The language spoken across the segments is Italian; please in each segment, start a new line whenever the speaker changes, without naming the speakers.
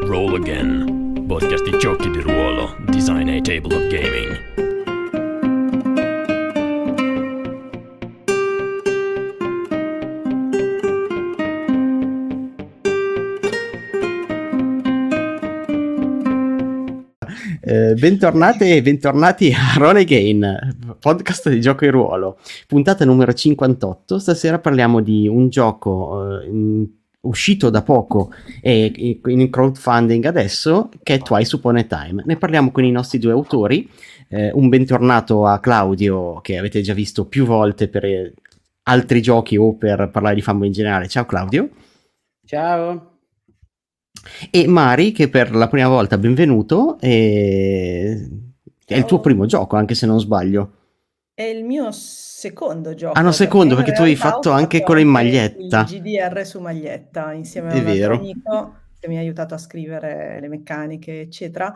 Roll Again, podcast di giochi di ruolo, design e tabletop gaming.
Bentornate e bentornati a Roll Again, podcast di gioco di ruolo, puntata numero 58. Stasera parliamo di un gioco uscito da poco e in crowdfunding adesso, che è Twice Upon a Time. Ne parliamo con i nostri due autori. Un bentornato a Claudio, che avete già visto più volte per altri giochi o per parlare di Fumble in generale. Ciao Claudio.
Ciao.
E Mari, che per la prima volta benvenuto, è il tuo primo gioco, anche se non sbaglio.
È il mio secondo gioco.
Ah no, secondo, perché tu hai fatto anche quello in maglietta.
Il GDR su maglietta, insieme a un altro amico che mi ha aiutato a scrivere le meccaniche, eccetera.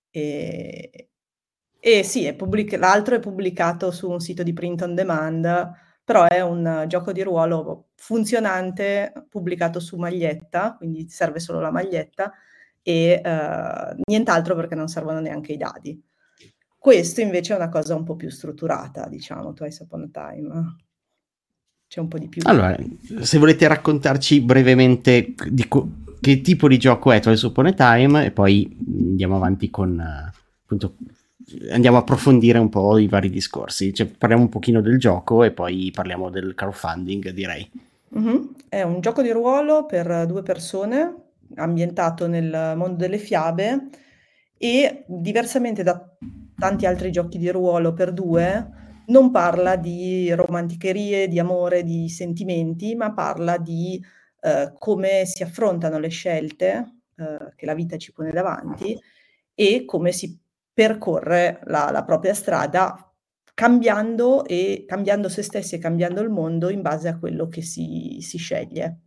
E sì, l'altro è pubblicato su un sito di print on demand, però è un gioco di ruolo funzionante, pubblicato su maglietta, quindi serve solo la maglietta, e nient'altro, perché non servono neanche i dadi. Questo invece è una cosa un po' più strutturata, diciamo, Twice Upon a Time. C'è un po' di più.
Allora, se volete raccontarci brevemente che tipo di gioco è Twice Upon a Time, e poi andiamo avanti con appunto, andiamo a approfondire un po' i vari discorsi. Cioè, parliamo un pochino del gioco e poi parliamo del crowdfunding, direi.
Mm-hmm. È un gioco di ruolo per 2 persone, ambientato nel mondo delle fiabe, e diversamente da tanti altri giochi di ruolo per 2, non parla di romanticherie, di amore, di sentimenti, ma parla di come si affrontano le scelte che la vita ci pone davanti e come si percorre la propria strada, cambiando se stessi e cambiando il mondo in base a quello che si sceglie.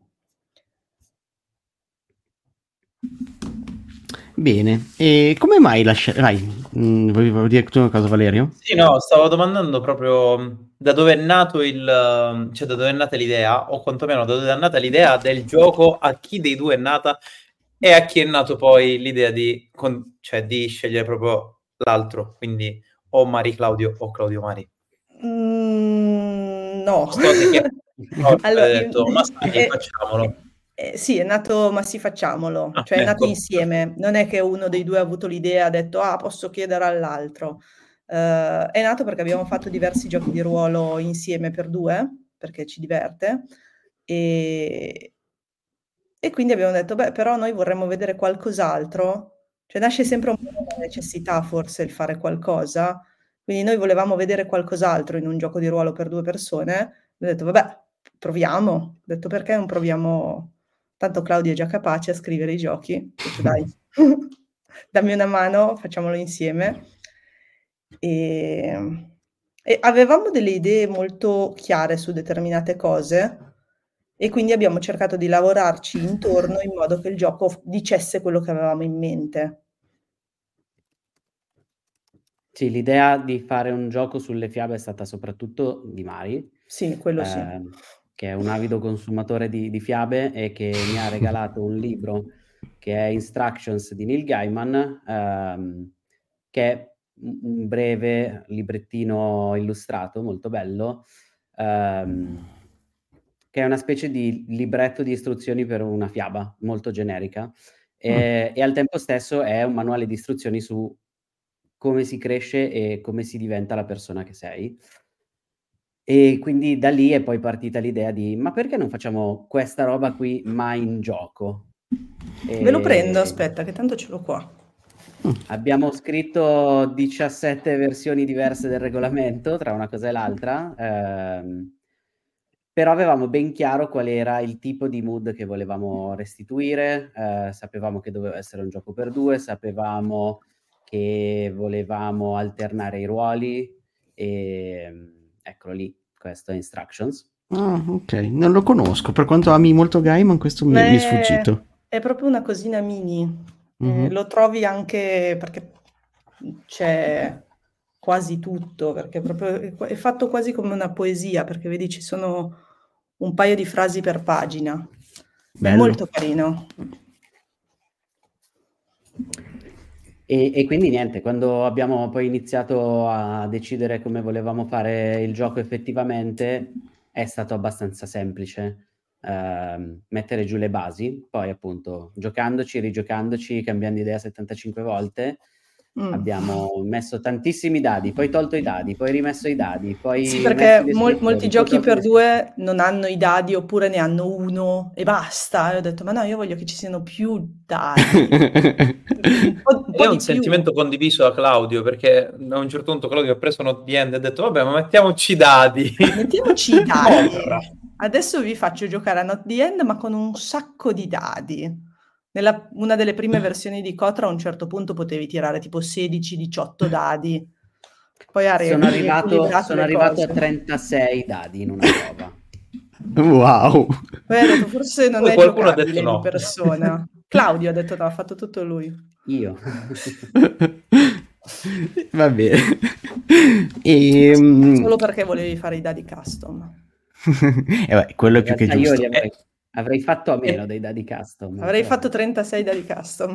Bene, e come mai volevi dire tu una cosa, Valerio?
Sì, no, stavo domandando proprio da dove è nato da dove è nata l'idea, o quantomeno da dove è nata l'idea del gioco, a chi dei due è nata e a chi è nato poi l'idea di scegliere proprio l'altro, quindi o Mari Claudio o Claudio Mari.
No.
Allora, detto, ma sai, facciamolo.
Sì, è nato, ma sì, facciamolo. Cioè è nato insieme. Non è che uno dei due ha avuto l'idea e ha detto, posso chiedere all'altro. È nato perché abbiamo fatto diversi giochi di ruolo insieme per 2, perché ci diverte. E quindi abbiamo detto, però noi vorremmo vedere qualcos'altro. Cioè nasce sempre un po' la necessità, forse, il fare qualcosa. Quindi noi volevamo vedere qualcos'altro in un gioco di ruolo per 2 persone. Ho detto, vabbè, proviamo. Ho detto, perché non proviamo? Tanto Claudio è già capace a scrivere i giochi. Ho detto, dai, dammi una mano, facciamolo insieme. E avevamo delle idee molto chiare su determinate cose, e quindi abbiamo cercato di lavorarci intorno in modo che il gioco dicesse quello che avevamo in mente.
Sì, l'idea di fare un gioco sulle fiabe è stata soprattutto di Mari.
Sì, quello sì.
Che è un avido consumatore di fiabe e che mi ha regalato un libro che è Instructions di Neil Gaiman, che è un breve librettino illustrato molto bello, che è una specie di libretto di istruzioni per una fiaba molto generica e al tempo stesso è un manuale di istruzioni su come si cresce e come si diventa la persona che sei. E quindi da lì è poi partita l'idea di ma perché non facciamo questa roba qui ma in gioco?
Ve lo prendo, aspetta, che tanto ce l'ho qua.
Abbiamo scritto 17 versioni diverse del regolamento tra una cosa e l'altra, però avevamo ben chiaro qual era il tipo di mood che volevamo restituire, sapevamo che doveva essere un gioco per 2, sapevamo che volevamo alternare i ruoli e eccolo lì, questo è Instructions.
Ok, non lo conosco, per quanto ami molto Gaiman questo mi è sfuggito.
È proprio una cosina mini, lo trovi anche perché c'è quasi tutto, perché proprio è fatto quasi come una poesia, perché vedi ci sono un paio di frasi per pagina.
Bello.
È molto carino.
E quindi niente, quando abbiamo poi iniziato a decidere come volevamo fare il gioco effettivamente, è stato abbastanza semplice mettere giù le basi, poi appunto giocandoci, rigiocandoci, cambiando idea 75 volte, abbiamo messo tantissimi dadi, poi tolto i dadi, poi rimesso i dadi, poi
Sì,
messo
perché
i descrizioni,
molti
poi
giochi
tolto
per
i descrizioni.
2 non hanno i dadi oppure ne hanno 1 e basta. E ho detto: "Ma no, io voglio che ci siano più dadi, un
È
po'
un
di più".
sentimento condiviso da Claudio, perché a un certo punto Claudio ha preso un ODD e ha detto vabbè, ma mettiamoci i dadi.
Mettiamoci i dadi.
Porra.
Adesso vi faccio giocare a Not the End, ma con un sacco di dadi. Nella una delle prime versioni di Cotra a un certo punto potevi tirare tipo 16, 18 dadi. Poi ha
Sono
riequilibrato le
arrivato a
cose.
36 dadi in una prova.
Wow.
Poi ha detto forse non
Poi
è
qualcuno ha detto
giocabile
no.
di persona. Claudio ha detto no, ha fatto tutto lui.
Io.
Va bene.
Solo perché volevi fare i dadi custom.
Quello è
In
più che
realtà io
giusto.
li avrei fatto a meno dei dadi custom.
Avrei
però.
fatto 36 dadi custom.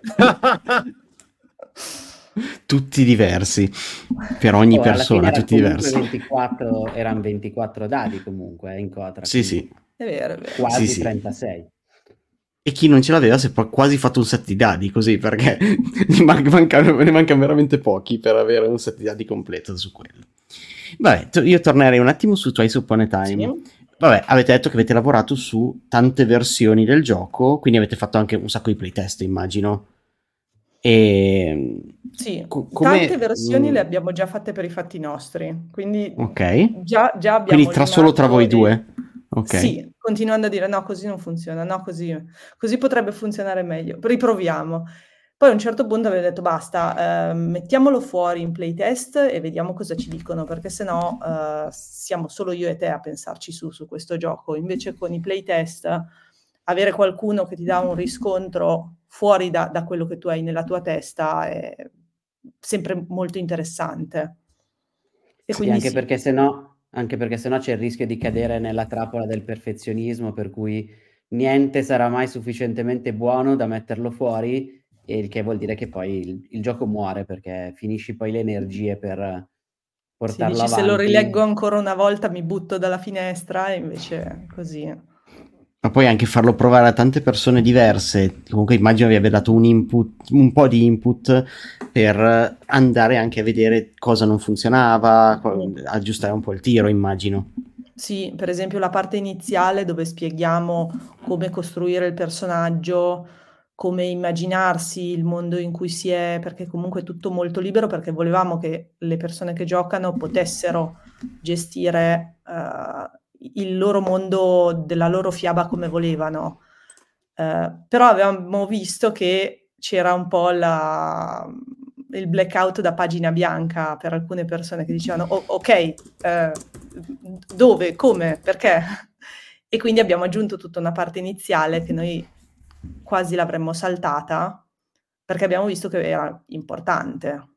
Tutti diversi. Per ogni
Alla fine
persona, tutti diversi.
24, erano 24 dadi comunque in Cotra.
Sì, sì.
È vero, è vero.
Quasi
Sì, sì.
36.
E chi non ce l'aveva si è quasi fatto un set di dadi, così, perché ne mancano veramente pochi per avere un set di dadi completo su quello. Vabbè, io tornerei un attimo su Twice Upon a Time.
Sì.
Vabbè, avete detto che avete lavorato su tante versioni del gioco, quindi avete fatto anche un sacco di playtest, immagino. E
Sì,
come
tante versioni le abbiamo già fatte per i fatti nostri, quindi
ok.
già abbiamo
Quindi solo tra voi due? Ok.
Sì, continuando a dire no, così non funziona, no, così potrebbe funzionare meglio, riproviamo. Poi a un certo punto avevo detto basta, mettiamolo fuori in playtest e vediamo cosa ci dicono, perché sennò siamo solo io e te a pensarci su questo gioco. Invece con i playtest avere qualcuno che ti dà un riscontro fuori da quello che tu hai nella tua testa è sempre molto interessante. E
Sì,
quindi
anche
sì.
perché sennò c'è il rischio di cadere nella trappola del perfezionismo, per cui niente sarà mai sufficientemente buono da metterlo fuori, e il che vuol dire che poi il gioco muore, perché finisci poi le energie per
Sì,
portarlo
dici se lo
avanti.
rileggo ancora una volta mi butto dalla finestra e invece così.
Ma poi anche farlo provare a tante persone diverse, comunque immagino vi abbia dato un input, un po' di input per andare anche a vedere cosa non funzionava, aggiustare un po' il tiro, immagino.
Sì, per esempio la parte iniziale dove spieghiamo come costruire il personaggio, come immaginarsi il mondo in cui si è, perché comunque è tutto molto libero, perché volevamo che le persone che giocano potessero gestire il loro mondo della loro fiaba come volevano. Però avevamo visto che c'era un po' il blackout da pagina bianca per alcune persone che dicevano ok, dove, come, perché? E quindi abbiamo aggiunto tutta una parte iniziale che noi quasi l'avremmo saltata perché abbiamo visto che era importante.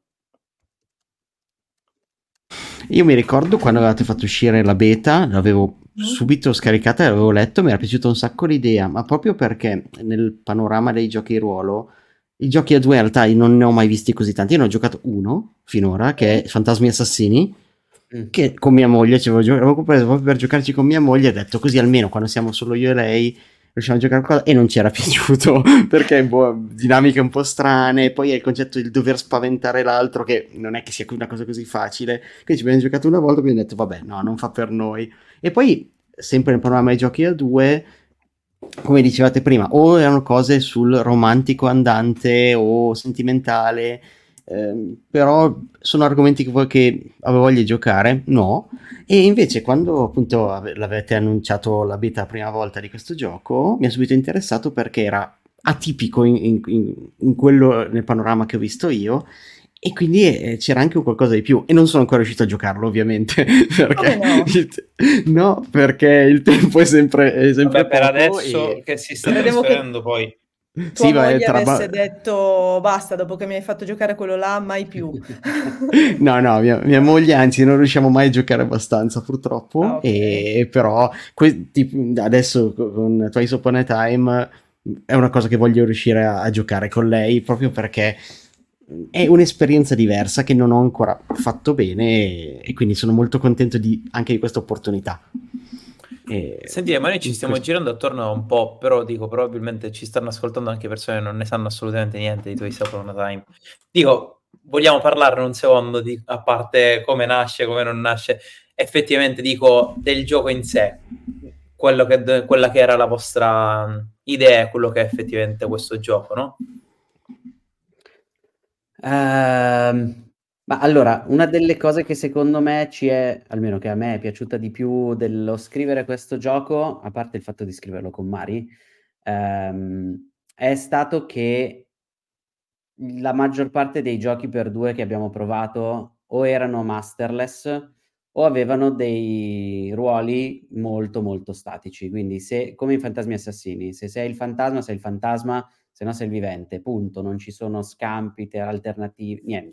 Io mi ricordo quando avevate fatto uscire la beta, l'avevo subito scaricata e l'avevo letto, mi era piaciuta un sacco l'idea, ma proprio perché nel panorama dei giochi di ruolo, i giochi a due in realtà io non ne ho mai visti così tanti, io ne ho giocato uno finora, che è Fantasmi Assassini, che con mia moglie avevo preso proprio per giocarci con mia moglie e ho detto così almeno quando siamo solo io e lei riusciamo a giocare qualcosa, e non ci era piaciuto perché dinamiche un po' strane, poi è il concetto del dover spaventare l'altro che non è che sia una cosa così facile, quindi ci abbiamo giocato una volta e abbiamo detto vabbè no, non fa per noi. E poi sempre nel panorama dei giochi a due, come dicevate prima, o erano cose sul romantico andante o sentimentale, però sono argomenti che avevo voglia di giocare, no. E invece quando appunto l'avete annunciato la beta la prima volta di questo gioco mi ha subito interessato perché era atipico in quello, nel panorama che ho visto io, e quindi c'era anche qualcosa di più, e non sono ancora riuscito a giocarlo ovviamente perché no, perché il tempo è sempre
Vabbè, per
poco
adesso
e...
che si sta
Credevo
trasferendo poi
tua moglie avesse detto basta, dopo che mi hai fatto giocare quello là, mai più.
No, mia moglie, anzi, non riusciamo mai a giocare abbastanza, purtroppo.
Okay.
E però adesso con Twice Upon a Time è una cosa che voglio riuscire a giocare con lei, proprio perché è un'esperienza diversa che non ho ancora fatto bene e quindi sono molto contento anche di questa opportunità.
Senti, ma noi ci stiamo girando attorno un po', però dico, probabilmente ci stanno ascoltando anche persone che non ne sanno assolutamente niente di Toys Upon a Time. Dico, vogliamo parlarne un secondo, a parte come nasce, come non nasce, effettivamente dico del gioco in sé, quella che era la vostra idea, quello che è effettivamente questo gioco, no?
Ma allora, una delle cose che secondo me almeno che a me è piaciuta di più dello scrivere questo gioco, a parte il fatto di scriverlo con Mari, è stato che la maggior parte dei giochi per due che abbiamo provato o erano masterless o avevano dei ruoli molto molto statici. Quindi come in Fantasmi Assassini, se sei il fantasma, sei il fantasma, se no sei il vivente, punto. Non ci sono scampi, alternativi, niente.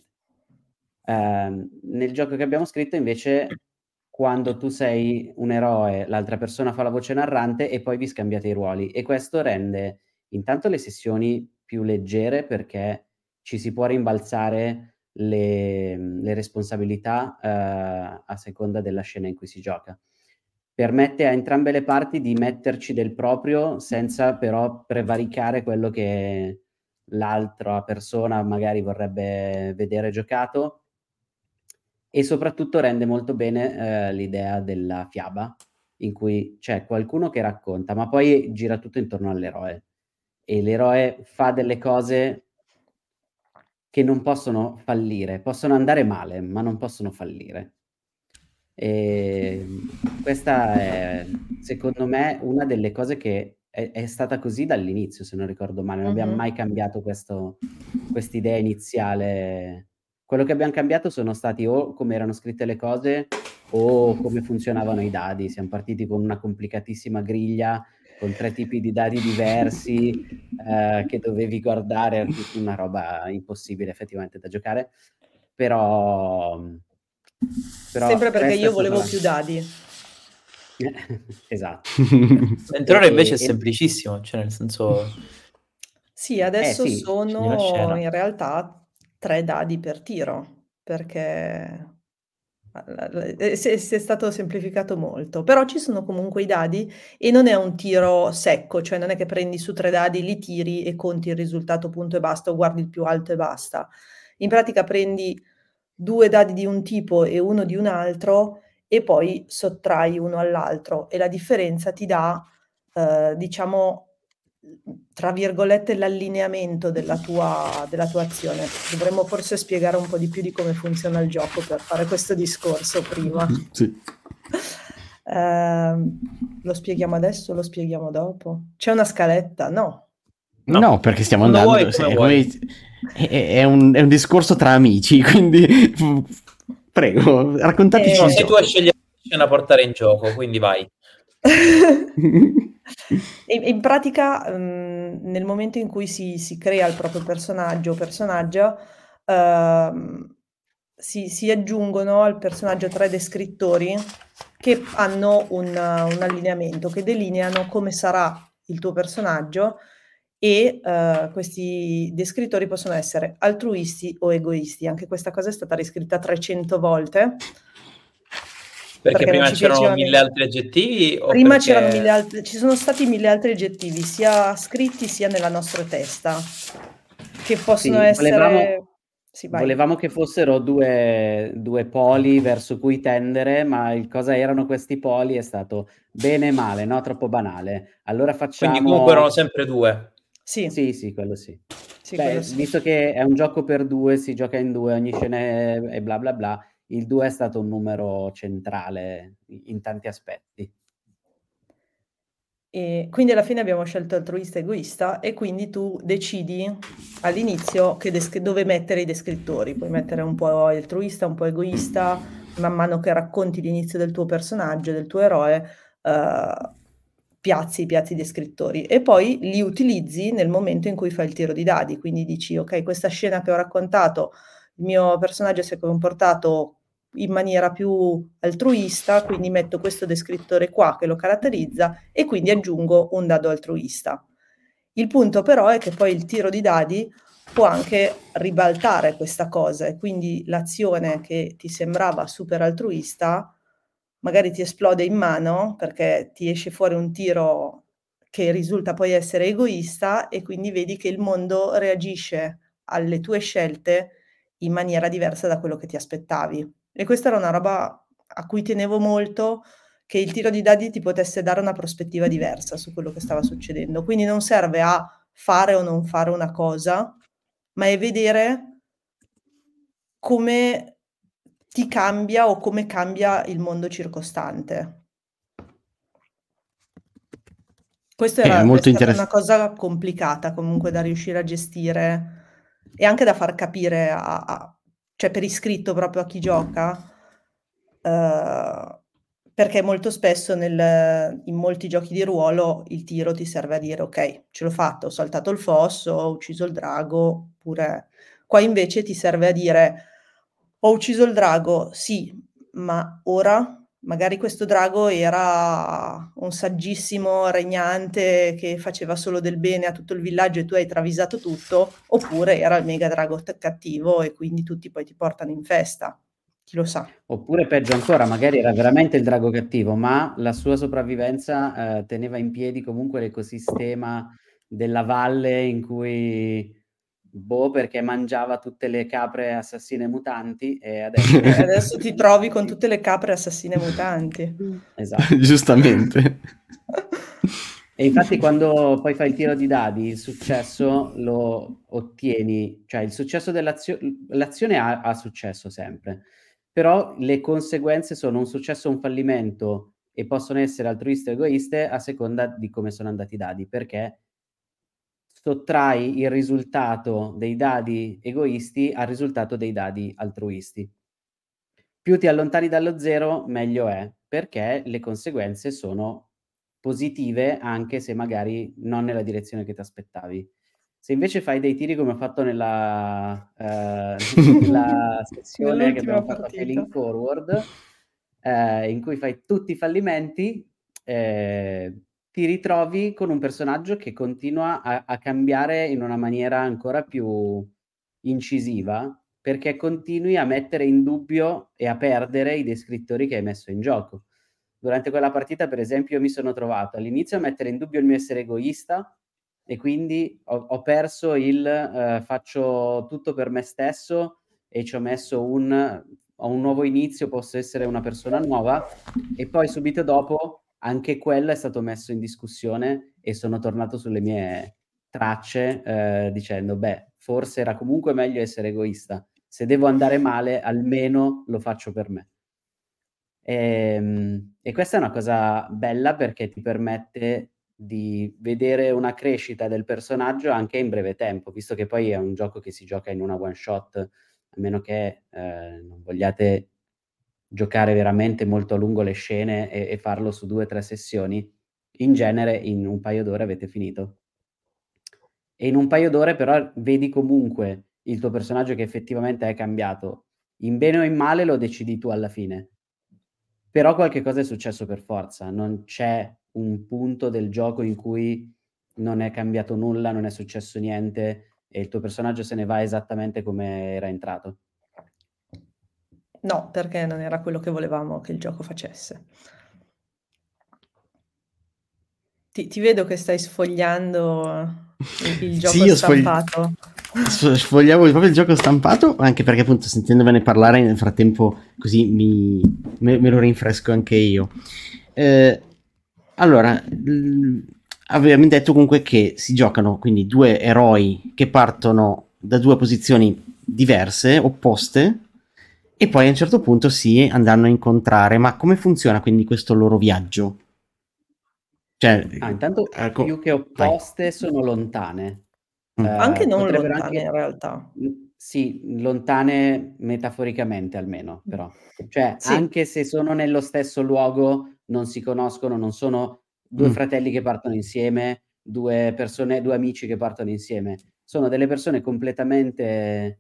Nel gioco che abbiamo scritto invece, quando tu sei un eroe, l'altra persona fa la voce narrante e poi vi scambiate i ruoli, e questo rende intanto le sessioni più leggere perché ci si può rimbalzare le responsabilità a seconda della scena in cui si gioca. Permette a entrambe le parti di metterci del proprio senza però prevaricare quello che l'altra persona magari vorrebbe vedere giocato, e soprattutto rende molto bene l'idea della fiaba, in cui c'è qualcuno che racconta, ma poi gira tutto intorno all'eroe, e l'eroe fa delle cose che non possono fallire, possono andare male, ma non possono fallire. E questa è, secondo me, una delle cose che è stata così dall'inizio, se non ricordo male. Non abbiamo mai cambiato quest'idea iniziale. Quello che abbiamo cambiato sono stati o come erano scritte le cose o come funzionavano i dadi. Siamo partiti con una complicatissima griglia con 3 tipi di dadi diversi che dovevi guardare, una roba impossibile effettivamente da giocare, però
sempre perché io volevo più dadi.
Esatto.
Mentre ora invece è semplicissimo, cioè nel senso...
Sì, adesso sono in realtà 3 dadi per tiro, perché si è stato semplificato molto, però ci sono comunque i dadi e non è un tiro secco, cioè non è che prendi su 3 dadi, li tiri e conti il risultato punto e basta, o guardi il più alto e basta. In pratica prendi 2 dadi di un tipo e uno di un altro e poi sottrai uno all'altro, e la differenza ti dà, diciamo, tra virgolette, l'allineamento della tua azione. Dovremmo forse spiegare un po' di più di come funziona il gioco per fare questo discorso prima.
Sì.
Lo spieghiamo adesso o lo spieghiamo dopo? C'è una scaletta?
No, perché stiamo andando... È un discorso tra amici, quindi prego, raccontateci.
Se tu a scegliere una portare in gioco, quindi vai.
In pratica, nel momento in cui si crea il proprio personaggio o personaggia, si aggiungono al personaggio 3 descrittori che hanno un allineamento, che delineano come sarà il tuo personaggio, e questi descrittori possono essere altruisti o egoisti. Anche questa cosa è stata riscritta 300 volte.
Perché prima c'erano 1000 altri aggettivi?
Prima c'erano 1000 altri, ci sono stati 1000 altri aggettivi, sia scritti sia nella nostra testa, che possono essere...
Volevamo che fossero due poli verso cui tendere, ma il cosa erano questi poli è stato bene e male, no? Troppo banale. Allora facciamo...
Quindi comunque erano sempre 2.
Sì, quello sì.
Quello sì.
Visto che è un gioco per 2, si gioca in 2, ogni scena è bla bla bla, il 2 è stato un numero centrale in tanti aspetti.
E quindi alla fine abbiamo scelto altruista e egoista, e quindi tu decidi all'inizio dove mettere i descrittori. Puoi mettere un po' altruista, un po' egoista, man mano che racconti l'inizio del tuo personaggio, del tuo eroe, piazzi i descrittori e poi li utilizzi nel momento in cui fai il tiro di dadi. Quindi dici: ok, questa scena che ho raccontato, il mio personaggio si è comportato in maniera più altruista, quindi metto questo descrittore qua che lo caratterizza e quindi aggiungo un dado altruista. Il punto però è che poi il tiro di dadi può anche ribaltare questa cosa, e quindi l'azione che ti sembrava super altruista magari ti esplode in mano perché ti esce fuori un tiro che risulta poi essere egoista, e quindi vedi che il mondo reagisce alle tue scelte in maniera diversa da quello che ti aspettavi. E questa era una roba a cui tenevo molto, che il tiro di dadi ti potesse dare una prospettiva diversa su quello che stava succedendo. Quindi non serve a fare o non fare una cosa, ma è vedere come ti cambia o come cambia il mondo circostante. Questo
È
è
molto
stata una
interessante.
cosa complicata comunque da riuscire a gestire, e anche da far capire cioè per iscritto proprio a chi gioca, perché molto spesso in molti giochi di ruolo il tiro ti serve a dire: "Okay, ce l'ho fatta, ho saltato il fosso, ho ucciso il drago", oppure qua invece ti serve a dire: "Ho ucciso il drago, sì, ma ora?" Magari questo drago era un saggissimo regnante che faceva solo del bene a tutto il villaggio e tu hai travisato tutto, oppure era il mega drago cattivo e quindi tutti poi ti portano in festa. Chi lo sa?
Oppure peggio ancora, magari era veramente il drago cattivo, ma la sua sopravvivenza teneva in piedi comunque l'ecosistema della valle in cui, perché mangiava tutte le capre assassine mutanti e adesso...
E adesso ti trovi con tutte le capre assassine mutanti.
Esatto.
Giustamente.
E infatti quando poi fai il tiro di dadi, il successo lo ottieni, cioè il successo l'azione ha successo sempre, però le conseguenze sono un successo o un fallimento e possono essere altruiste o egoiste a seconda di come sono andati i dadi, perché sottrai il risultato dei dadi egoisti al risultato dei dadi altruisti. Più ti allontani dallo zero, meglio è, perché le conseguenze sono positive anche se magari non nella direzione che t'aspettavi. Se invece fai dei tiri come ho fatto nella nella sessione che
Nell'ultima
abbiamo fatto a
partita.
Failing Forward, in cui fai tutti i fallimenti, ti ritrovi con un personaggio che continua a cambiare in una maniera ancora più incisiva, perché continui a mettere in dubbio e a perdere i descrittori che hai messo in gioco. Durante quella partita, per esempio, mi sono trovato all'inizio a mettere in dubbio il mio essere egoista e quindi ho perso faccio tutto per me stesso e ci ho messo ho un nuovo inizio, posso essere una persona nuova, e poi subito dopo anche quello è stato messo in discussione e sono tornato sulle mie tracce dicendo, beh, forse era comunque meglio essere egoista. Se devo andare male, almeno lo faccio per me. E questa è una cosa bella perché ti permette di vedere una crescita del personaggio anche in breve tempo, visto che poi è un gioco che si gioca in una one shot, a meno che non vogliate giocare veramente molto a lungo le scene e farlo su 2 o 3 sessioni. In genere in un paio d'ore avete finito. E in un paio d'ore però vedi comunque il tuo personaggio che effettivamente è cambiato. In bene o in male lo decidi tu alla fine. Però qualche cosa è successo per forza, non c'è un punto del gioco in cui non è cambiato nulla, non è successo niente e il tuo personaggio se ne va esattamente come era entrato.
No, perché non era quello che volevamo che il gioco facesse. Ti vedo che stai sfogliando il gioco
Sì, io
stampato.
sfogliavo proprio il gioco stampato, anche perché appunto sentendovene parlare nel frattempo così me lo rinfresco anche io. Allora, avevamo detto comunque che si giocano quindi due eroi che partono da due posizioni diverse, opposte, e poi a un certo punto si andranno a incontrare. Ma come funziona quindi questo loro viaggio? Cioè,
Intanto più che opposte sono lontane.
Anche non
Potrebbero
lontane in realtà.
Sì, lontane metaforicamente almeno, però. Cioè,
Sì.
anche se sono nello stesso luogo, non si conoscono, non sono due fratelli che partono insieme, due amici che partono insieme. Sono delle persone completamente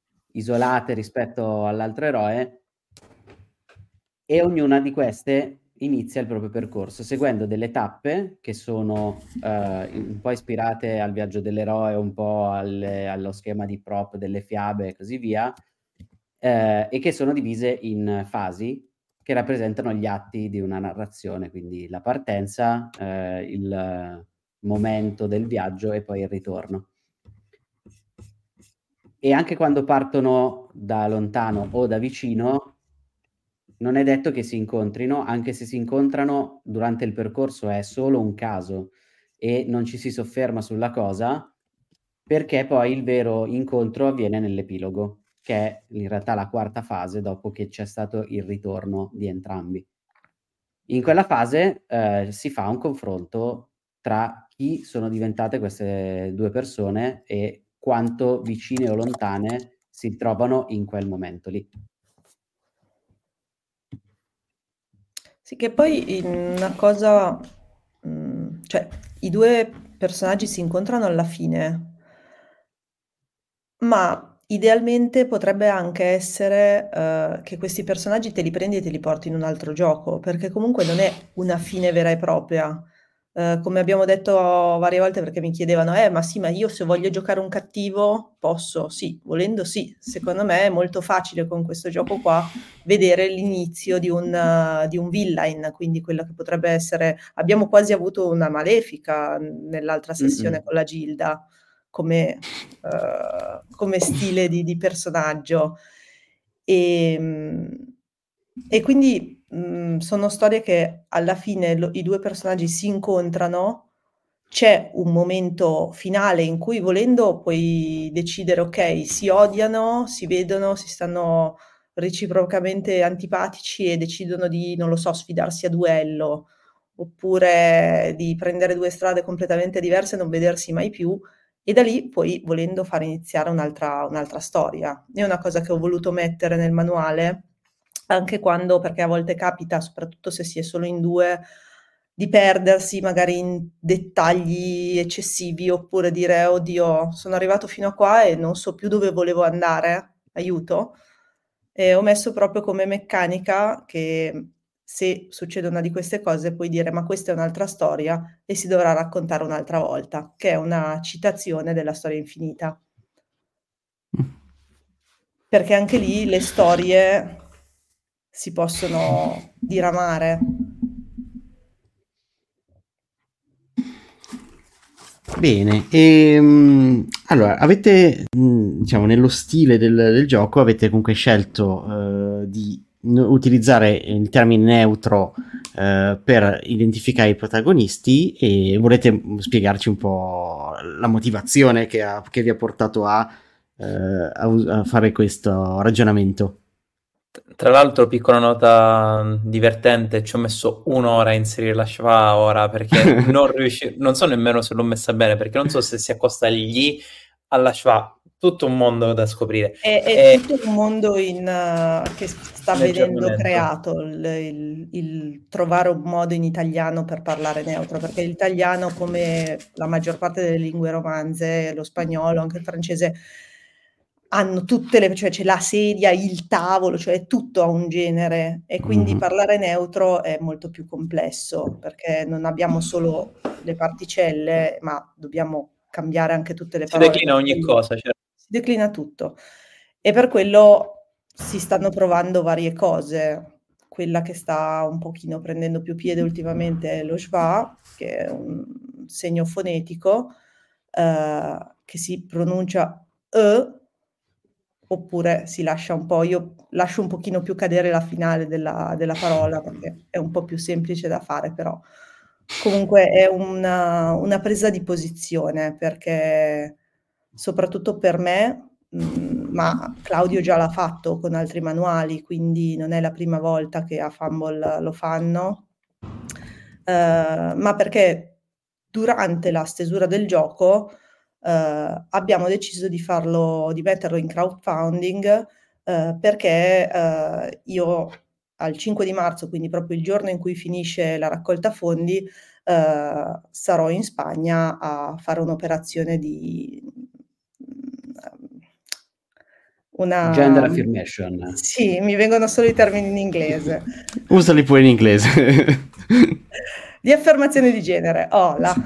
isolate rispetto all'altro eroe, e ognuna di queste inizia il proprio percorso seguendo delle tappe che sono un po' ispirate al viaggio dell'eroe, un po' allo schema di prop delle fiabe e così via, e che sono divise in fasi che rappresentano gli atti di una narrazione, quindi la partenza, il momento del viaggio e poi il ritorno. E anche quando partono da lontano o da vicino, non è detto che si incontrino, anche se si incontrano durante il percorso è solo un caso e non ci si sofferma sulla cosa, perché poi il vero incontro avviene nell'epilogo, che è in realtà la quarta fase dopo che c'è stato il ritorno di entrambi. In quella fase si fa un confronto tra chi sono diventate queste due persone e quanto vicine o lontane si trovano in quel momento lì.
Sì, che poi una cosa, cioè i due personaggi si incontrano alla fine, ma idealmente potrebbe anche essere che questi personaggi te li prendi e te li porti in un altro gioco, perché comunque non è una fine vera e propria. Come abbiamo detto varie volte, perché mi chiedevano, ma sì, ma io se voglio giocare un cattivo posso? Sì, volendo sì. Secondo me è molto facile con questo gioco qua vedere l'inizio di un villain, quindi quello che potrebbe essere... Abbiamo quasi avuto una malefica nell'altra sessione con la Gilda, come stile di personaggio. E quindi sono storie che alla fine i due personaggi si incontrano, c'è un momento finale in cui volendo puoi decidere, ok, si odiano, si vedono, si stanno reciprocamente antipatici e decidono di, non lo so, sfidarsi a duello, oppure di prendere due strade completamente diverse e non vedersi mai più, e da lì puoi, volendo, fare iniziare un'altra storia. È una cosa che ho voluto mettere nel manuale, anche quando, perché a volte capita, soprattutto se si è solo in due, di perdersi magari in dettagli eccessivi, oppure dire, oddio, sono arrivato fino a qua e non so più dove volevo andare, aiuto. E ho messo proprio come meccanica che se succede una di queste cose puoi dire ma questa è un'altra storia e si dovrà raccontare un'altra volta, che è una citazione della storia infinita. Perché anche lì le storie si possono diramare.
Bene, allora avete, diciamo, nello stile del gioco avete comunque scelto di utilizzare il termine neutro per identificare i protagonisti, e volete spiegarci un po' la motivazione che vi ha portato a fare questo ragionamento?
Tra l'altro, piccola nota divertente, ci ho messo un'ora a inserire la schwa ora perché non so nemmeno se l'ho messa bene, perché non so se si accosta gli alla schwa, tutto un mondo da scoprire.
È tutto un mondo che sta venendo
Aggiornamento.
creato, il trovare un modo in italiano per parlare neutro, perché l'italiano, come la maggior parte delle lingue romanze, lo spagnolo, anche il francese, hanno tutte cioè c'è la sedia, il tavolo, cioè tutto ha un genere, e quindi parlare neutro è molto più complesso, perché non abbiamo solo le particelle, ma dobbiamo cambiare anche tutte le parole.
Si declina ogni cosa, certo.
Si declina tutto. E per quello si stanno provando varie cose. Quella che sta un pochino prendendo più piede ultimamente è lo schwa, che è un segno fonetico che si pronuncia oppure si lascia un po', io lascio un pochino più cadere la finale della parola perché è un po' più semplice da fare, però comunque è una presa di posizione, perché soprattutto per me, ma Claudio già l'ha fatto con altri manuali, quindi non è la prima volta che a Fumble lo fanno, ma perché durante la stesura del gioco abbiamo deciso di metterlo in crowdfunding, perché io al 5 di marzo, quindi proprio il giorno in cui finisce la raccolta fondi, sarò in Spagna a fare un'operazione
Gender affirmation.
Sì, mi vengono solo i termini in inglese.
Usali pure in inglese.
Di affermazione di genere. Oh, là.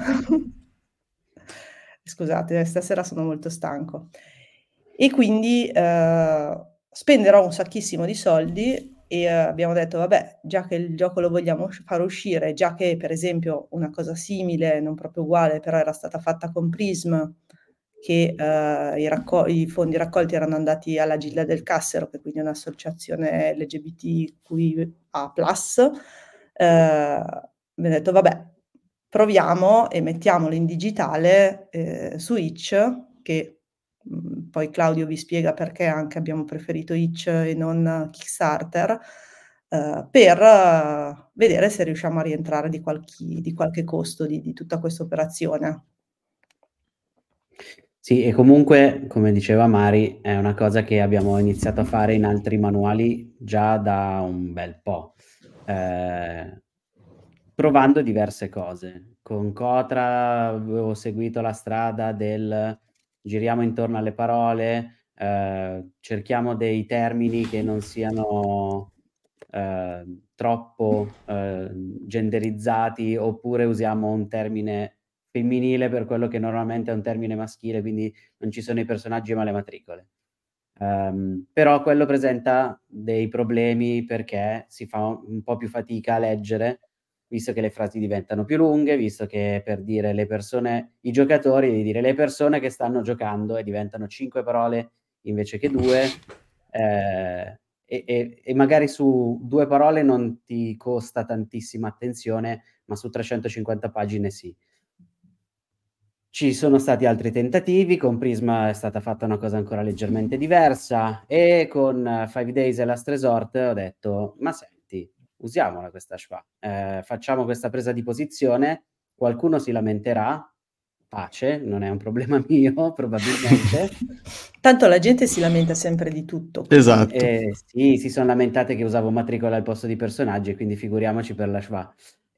Scusate, stasera sono molto stanco. E quindi spenderò un sacchissimo di soldi e abbiamo detto, vabbè, già che il gioco lo vogliamo far uscire, già che per esempio una cosa simile, non proprio uguale, però era stata fatta con Prism, che i fondi raccolti erano andati alla Gilda del Cassero, che quindi è un'associazione LGBTQIA+, abbiamo detto, vabbè, proviamo e mettiamolo in digitale su Itch, che poi Claudio vi spiega perché anche abbiamo preferito Itch e non Kickstarter, per vedere se riusciamo a rientrare di qualche costo di tutta questa operazione.
Sì, e comunque, come diceva Mari, è una cosa che abbiamo iniziato a fare in altri manuali già da un bel po', provando diverse cose. Con Cotra avevo seguito la strada del giriamo intorno alle parole, cerchiamo dei termini che non siano troppo genderizzati, oppure usiamo un termine femminile per quello che normalmente è un termine maschile, quindi non ci sono i personaggi ma le matricole. Però quello presenta dei problemi perché si fa un po' più fatica a leggere, visto che le frasi diventano più lunghe, visto che per dire le persone, i giocatori, devi dire le persone che stanno giocando e diventano 5 parole invece che 2, e magari su 2 parole non ti costa tantissima attenzione, ma su 350 pagine sì. Ci sono stati altri tentativi, con Prisma è stata fatta una cosa ancora leggermente diversa e con 5 Days e Last Resort ho detto, ma senti, usiamola questa schwa, facciamo questa presa di posizione, qualcuno si lamenterà, pace, non è un problema mio probabilmente.
Tanto la gente si lamenta sempre di tutto.
Esatto.
Sì, si sono lamentate che usavo matricola al posto di personaggi, quindi figuriamoci per la schwa.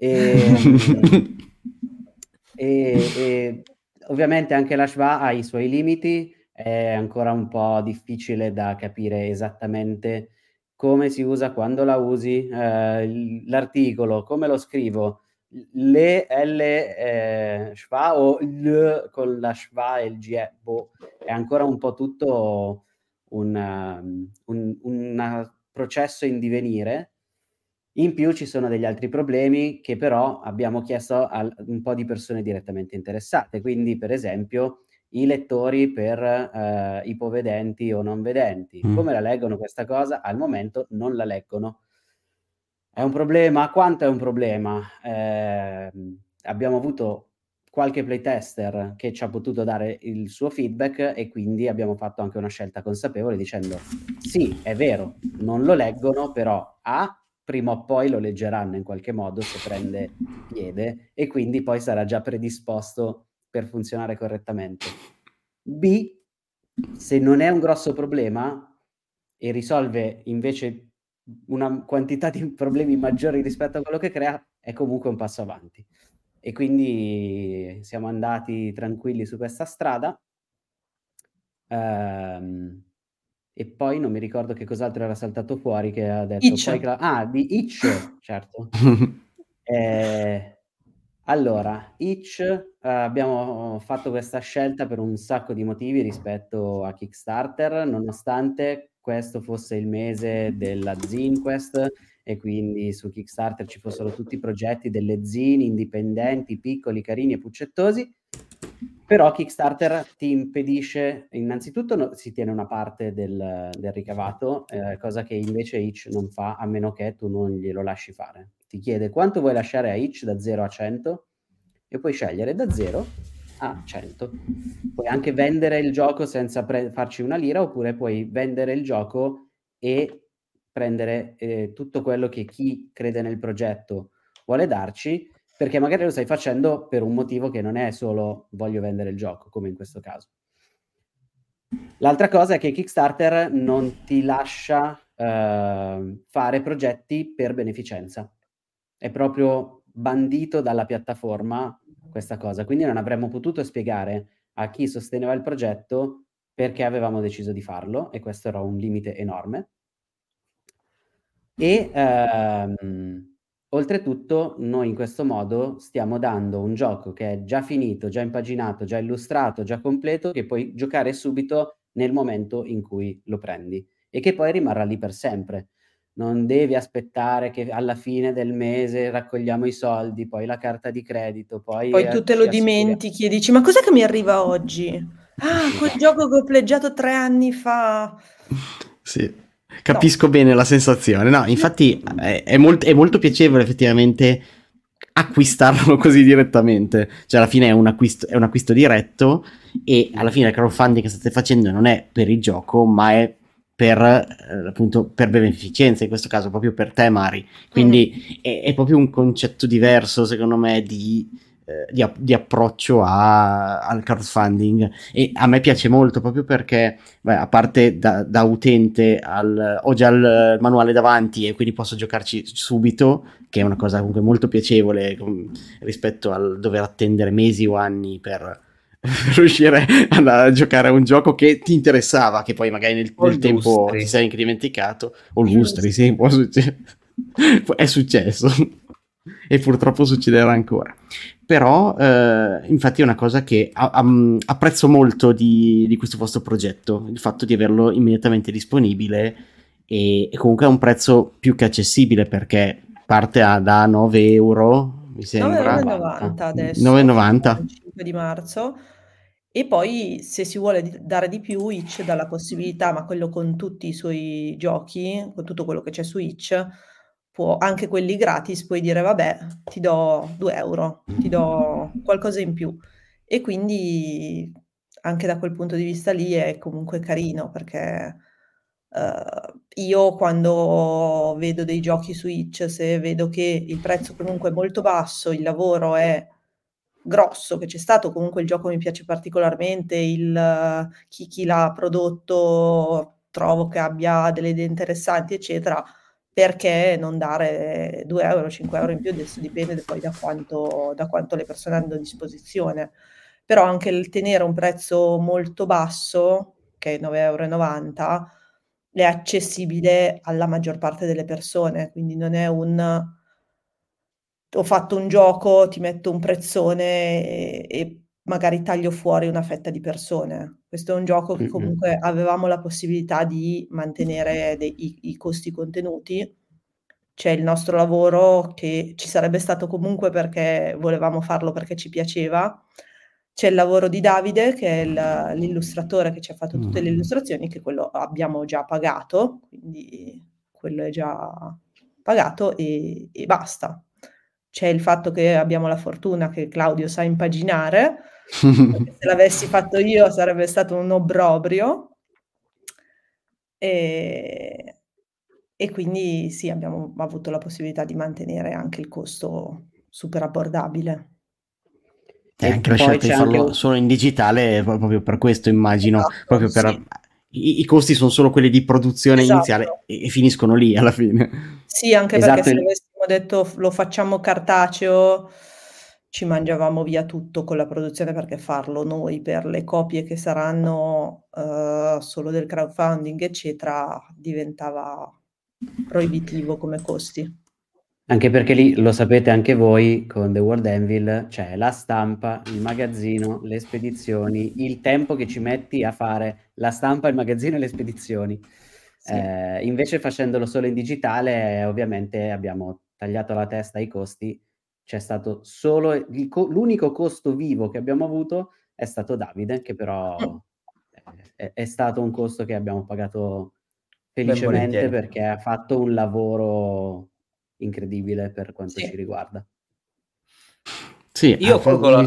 E ovviamente anche la schwa ha i suoi limiti, è ancora un po' difficile da capire esattamente come si usa, quando la usi, l'articolo, come lo scrivo, le L schwa o l con la schwa e il GE, boh, è ancora un po' tutto un processo in divenire. In più ci sono degli altri problemi che però abbiamo chiesto a un po' di persone direttamente interessate, quindi per esempio i lettori per ipovedenti o non vedenti. Come la leggono questa cosa? Al momento non la leggono. È un problema? Quanto è un problema? Abbiamo avuto qualche playtester che ci ha potuto dare il suo feedback e quindi abbiamo fatto anche una scelta consapevole dicendo sì, è vero, non lo leggono, però prima o poi lo leggeranno in qualche modo se prende piede e quindi poi sarà già predisposto per funzionare correttamente. B, se non è un grosso problema e risolve invece una quantità di problemi maggiori rispetto a quello che crea, è comunque un passo avanti. E quindi siamo andati tranquilli su questa strada. E poi non mi ricordo che cos'altro era saltato fuori che ha detto
Itch.
poi di Itch, certo. Allora, Itch abbiamo fatto questa scelta per un sacco di motivi rispetto a Kickstarter, nonostante questo fosse il mese della Zine Quest e quindi su Kickstarter ci fossero tutti i progetti delle zine indipendenti, piccoli, carini e puccettosi. Però Kickstarter ti impedisce, innanzitutto si tiene una parte del ricavato, cosa che invece Itch non fa a meno che tu non glielo lasci fare. Ti chiede quanto vuoi lasciare a Itch da 0 a 100 e puoi scegliere da 0 a 100. Puoi anche vendere il gioco senza farci una lira, oppure puoi vendere il gioco e prendere tutto quello che chi crede nel progetto vuole darci, perché magari lo stai facendo per un motivo che non è solo voglio vendere il gioco, come in questo caso. L'altra cosa è che Kickstarter non ti lascia fare progetti per beneficenza. È proprio bandito dalla piattaforma questa cosa, quindi non avremmo potuto spiegare a chi sosteneva il progetto perché avevamo deciso di farlo e questo era un limite enorme. E oltretutto noi in questo modo stiamo dando un gioco che è già finito, già impaginato, già illustrato, già completo, che puoi giocare subito nel momento in cui lo prendi e che poi rimarrà lì per sempre. Non devi aspettare che alla fine del mese raccogliamo i soldi, poi la carta di credito,
Poi tu te lo dimentichi e dici, ma cos'è che mi arriva oggi? Ah, quel gioco che ho pleggiato 3 anni fa.
Sì, capisco bene la sensazione. No, infatti è molto piacevole effettivamente acquistarlo così direttamente. Cioè alla fine è un acquisto diretto e alla fine il crowdfunding che state facendo non è per il gioco, ma è per appunto per beneficenza, in questo caso proprio per te, Mari. Quindi è proprio un concetto diverso, secondo me, di approccio al crowdfunding, e a me piace molto proprio perché a parte da utente ho già il manuale davanti e quindi posso giocarci subito, che è una cosa comunque molto piacevole rispetto al dover attendere mesi o anni per riuscire a giocare a un gioco che ti interessava, che poi magari nel tempo ti sei anche dimenticato, o lustri, sì, è successo e purtroppo succederà ancora. Però infatti è una cosa che apprezzo molto di questo vostro progetto, il fatto di averlo immediatamente disponibile e comunque a un prezzo più che accessibile, perché parte da 9 euro, mi sembra
9,90 adesso,
9,90
il 5 di marzo. E poi se si vuole dare di più, Itch dà la possibilità, ma quello con tutti i suoi giochi, con tutto quello che c'è su Itch, anche quelli gratis, puoi dire vabbè, ti do 2 euro, ti do qualcosa in più. E quindi anche da quel punto di vista lì è comunque carino, perché io quando vedo dei giochi su Itch, se vedo che il prezzo comunque è molto basso, il lavoro è grosso, che c'è stato, comunque il gioco mi piace particolarmente, chi l'ha prodotto trovo che abbia delle idee interessanti, eccetera, perché non dare 2 euro, 5 euro in più? Adesso dipende poi da quanto le persone hanno a disposizione. Però anche il tenere un prezzo molto basso, che è 9,90 euro, è accessibile alla maggior parte delle persone, quindi non è ho fatto un gioco, ti metto un prezzone e magari taglio fuori una fetta di persone. Questo è un gioco che comunque avevamo la possibilità di mantenere i costi contenuti. C'è il nostro lavoro che ci sarebbe stato comunque perché volevamo farlo perché ci piaceva. C'è il lavoro di Davide, che è l'illustratore che ci ha fatto tutte le illustrazioni, che quello abbiamo già pagato, quindi quello è già pagato e basta. C'è il fatto che abbiamo la fortuna che Claudio sa impaginare, perché se l'avessi fatto io sarebbe stato un obbrobrio. E quindi sì, abbiamo avuto la possibilità di mantenere anche il costo super abbordabile.
E anche la scelta di farlo solo in digitale proprio per questo, immagino, esatto, proprio per sì. I costi sono solo quelli di produzione iniziale e finiscono lì alla fine.
Sì, anche esatto. Perché se avessimo detto lo facciamo cartaceo ci mangiavamo via tutto con la produzione, perché farlo noi per le copie che saranno solo del crowdfunding eccetera diventava proibitivo come costi.
Anche perché lì, lo sapete anche voi, con The World Anvil c'è la stampa, il magazzino, le spedizioni, il tempo che ci metti a fare la stampa, il magazzino e le spedizioni. Sì. Invece facendolo solo in digitale, ovviamente abbiamo tagliato la testa ai costi. C'è stato solo l'unico costo vivo che abbiamo avuto è stato Davide, che però è stato un costo che abbiamo pagato felicemente perché ha fatto un lavoro incredibile per quanto ci riguarda.
Sì,
io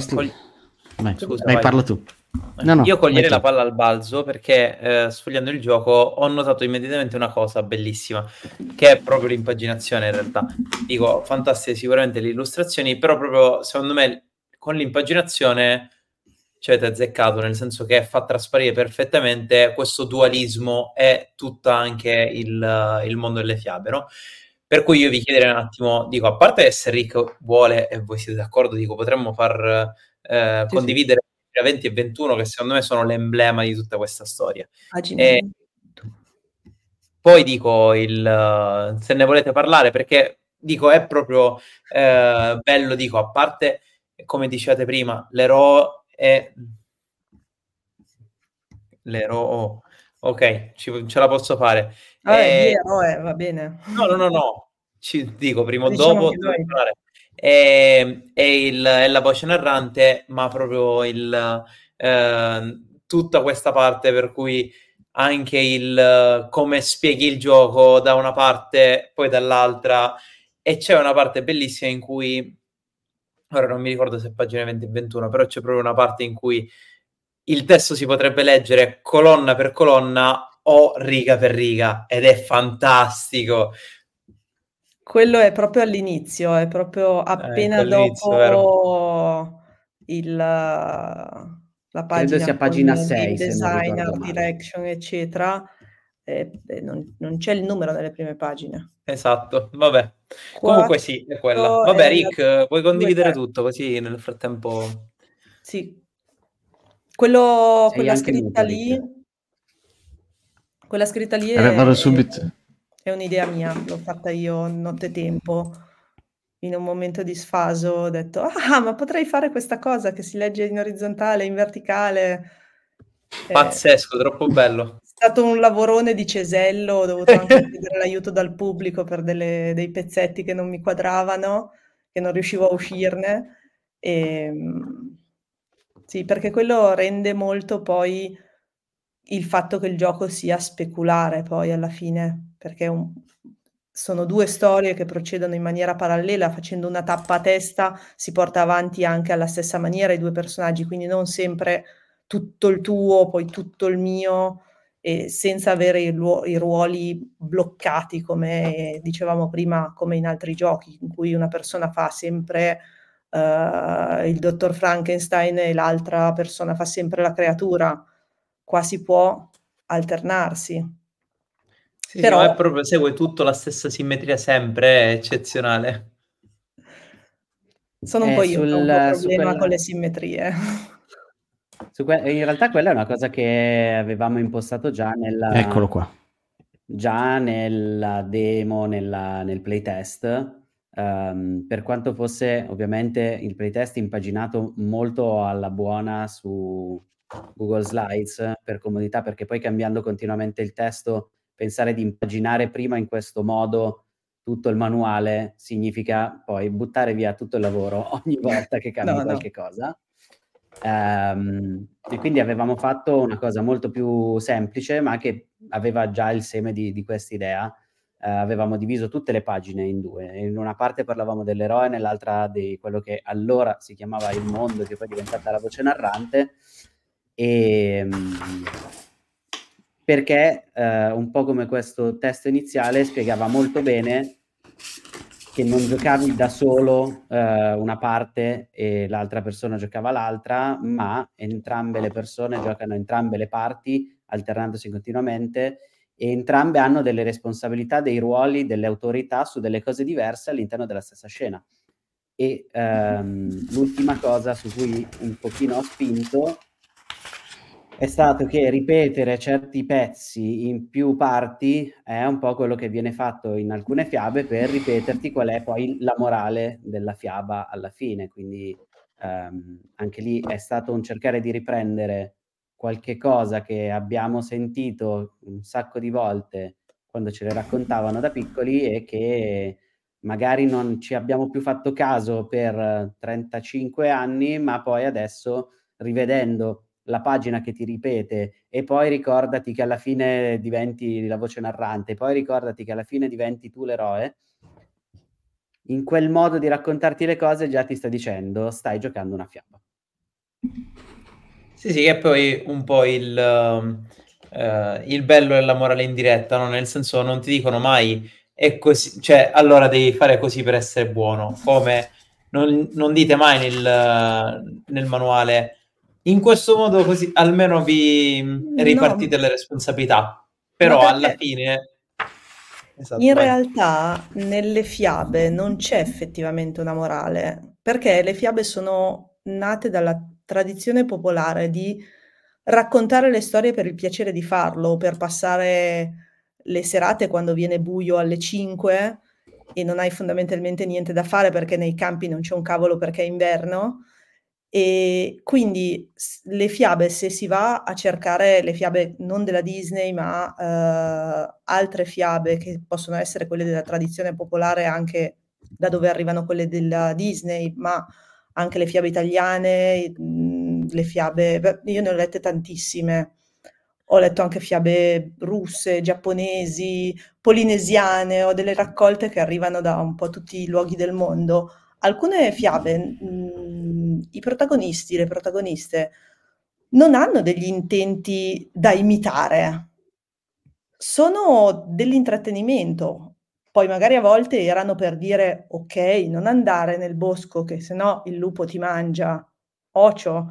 vai, parla tu. No,
io coglierei la palla al balzo perché sfogliando il gioco ho notato immediatamente una cosa bellissima, che è proprio l'impaginazione in realtà. Dico, fantastiche sicuramente le illustrazioni, però proprio secondo me con l'impaginazione ci avete azzeccato, nel senso che fa trasparire perfettamente questo dualismo e tutto anche il mondo delle fiabe, no? Per cui io vi chiederei un attimo, dico, a parte se Rick vuole e voi siete d'accordo, dico, potremmo far condividere 20 e 21, che secondo me sono l'emblema di tutta questa storia.
Pagina
E
20.
poi dico se ne volete parlare, perché dico è proprio bello, dico, a parte, come dicevate prima, l'eroe è... L'eroe... Ok, ce la posso fare.
Vabbè, di eroe, va bene.
No. Ci dico, prima o
Diciamo
dopo
che
devo
noi...
imparare. È la voce narrante, ma proprio tutta questa parte per cui anche come spieghi il gioco da una parte, poi dall'altra, e c'è una parte bellissima in cui, ora non mi ricordo se è pagina 20 e 21, però c'è proprio una parte in cui il testo si potrebbe leggere colonna per colonna o riga per riga, ed è fantastico.
Quello è proprio all'inizio, è proprio appena
all'inizio, vero?
dopo la
Credo sia
pagina con
pagina
game
6, se non
design,
ricordo
art
male.
direction, eccetera, non c'è il numero nelle prime pagine.
Esatto, vabbè.
Qua
Comunque sì, è quella. Vabbè,
è
Rick, puoi condividere
2-3.
tutto, così nel frattempo...
Sì.
Sei
Quella
anche
scritta
muto,
lì,
Rick.
Vado subito.
è un'idea mia, l'ho fatta io nottetempo. In un momento di sfaso ho detto: "Ah, ma potrei fare questa cosa che si legge in orizzontale, in verticale".
Pazzesco, troppo bello.
È stato un lavorone di cesello, ho dovuto anche chiedere l'aiuto dal pubblico per dei pezzetti che non mi quadravano, che non riuscivo a uscirne. Sì, perché quello rende molto poi il fatto che il gioco sia speculare poi alla fine, perché sono 2 storie che procedono in maniera parallela, facendo una tappa a testa si porta avanti anche alla stessa maniera i 2 personaggi, quindi non sempre tutto il tuo, poi tutto il mio, e senza avere i ruoli bloccati come dicevamo prima, come in altri giochi, in cui una persona fa sempre il dottor Frankenstein e l'altra persona fa sempre la creatura. Qua si può alternarsi.
Sì,
Però
ma è proprio, segue tutto la stessa simmetria sempre, è eccezionale.
sono un po' io che ho un po'
Su
problema con
quella...
le simmetrie.
In realtà quella è una cosa che avevamo impostato già
Eccolo qua.
nella demo, nel playtest, per quanto fosse ovviamente il playtest impaginato molto alla buona su Google Slides per comodità, perché poi cambiando continuamente il testo, pensare di impaginare prima in questo modo tutto il manuale significa poi buttare via tutto il lavoro ogni volta che cambi qualche cosa. E quindi avevamo fatto una cosa molto più semplice, ma che aveva già il seme di quest'idea. Avevamo diviso tutte le pagine in 2. In una parte parlavamo dell'eroe, nell'altra di quello che allora si chiamava il mondo, che poi è diventata la voce narrante. Perché un po' come questo testo iniziale spiegava molto bene che non giocavi da solo una parte e l'altra persona giocava l'altra, ma entrambe le persone giocano entrambe le parti, alternandosi continuamente, e entrambe hanno delle responsabilità, dei ruoli, delle autorità su delle cose diverse all'interno della stessa scena. E l'ultima cosa su cui un pochino ho spinto è stato che ripetere certi pezzi in più parti è un po' quello che viene fatto in alcune fiabe per ripeterti qual è poi la morale della fiaba alla fine. Quindi anche lì è stato un cercare di riprendere qualche cosa che abbiamo sentito un sacco di volte quando ce le raccontavano da piccoli e che magari non ci abbiamo più fatto caso per 35 anni, ma poi adesso rivedendo la pagina che ti ripete e poi ricordati che alla fine diventi la voce narrante, poi ricordati che alla fine diventi tu l'eroe, in quel modo di raccontarti le cose già ti sta dicendo stai giocando una fiaba.
Sì, che poi un po' il bello è la morale indiretta, no? Nel senso non ti dicono mai è così, cioè allora devi fare così per essere buono, come non dite mai nel manuale in questo modo, così almeno vi ripartite le responsabilità, però alla fine... Esatto,
in realtà nelle fiabe non c'è effettivamente una morale, perché le fiabe sono nate tradizione popolare di raccontare le storie per il piacere di farlo, per passare le serate quando viene buio alle 5 e non hai fondamentalmente niente da fare perché nei campi non c'è un cavolo perché è inverno. E quindi le fiabe, se si va a cercare le fiabe non della Disney, ma altre fiabe che possono essere quelle della tradizione popolare, anche da dove arrivano quelle della Disney, ma anche le fiabe italiane, le fiabe, io ne ho lette tantissime. Ho letto anche fiabe russe, giapponesi, polinesiane, ho delle raccolte che arrivano da un po' tutti i luoghi del mondo. Alcune fiabe, i protagonisti, le protagoniste, non hanno degli intenti da imitare, sono dell'intrattenimento. Poi magari a volte erano per dire, ok, non andare nel bosco che sennò il lupo ti mangia, ocio.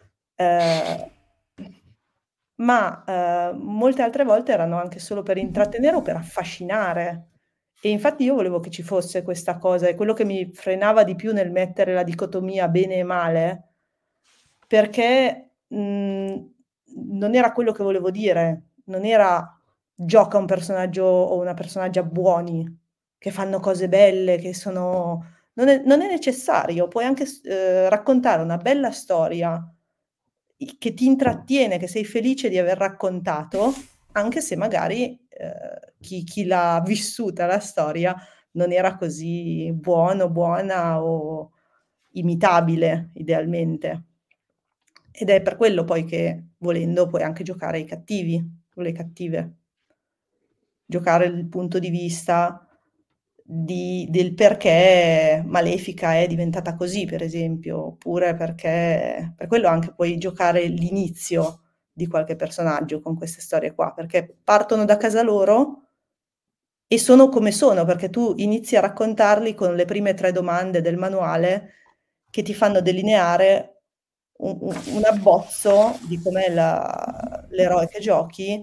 Ma molte altre volte erano anche solo per intrattenere o per affascinare. E infatti io volevo che ci fosse questa cosa, e quello che mi frenava di più nel mettere la dicotomia bene e male, perché non era quello che volevo dire, non era gioca un personaggio o una personaggia buoni, che fanno cose belle, che sono... Non è necessario, puoi anche raccontare una bella storia che ti intrattiene, che sei felice di aver raccontato, anche se magari chi l'ha vissuta la storia non era così buona o imitabile idealmente. Ed è per quello poi che, volendo, puoi anche giocare ai cattivi o le cattive. Giocare il punto di vista del perché Malefica è diventata così, per esempio, oppure perché per quello anche puoi giocare l'inizio di qualche personaggio con queste storie qua, perché partono da casa loro e sono come sono, perché tu inizi a raccontarli con le prime 3 domande del manuale che ti fanno delineare un abbozzo di com'è l'eroe che giochi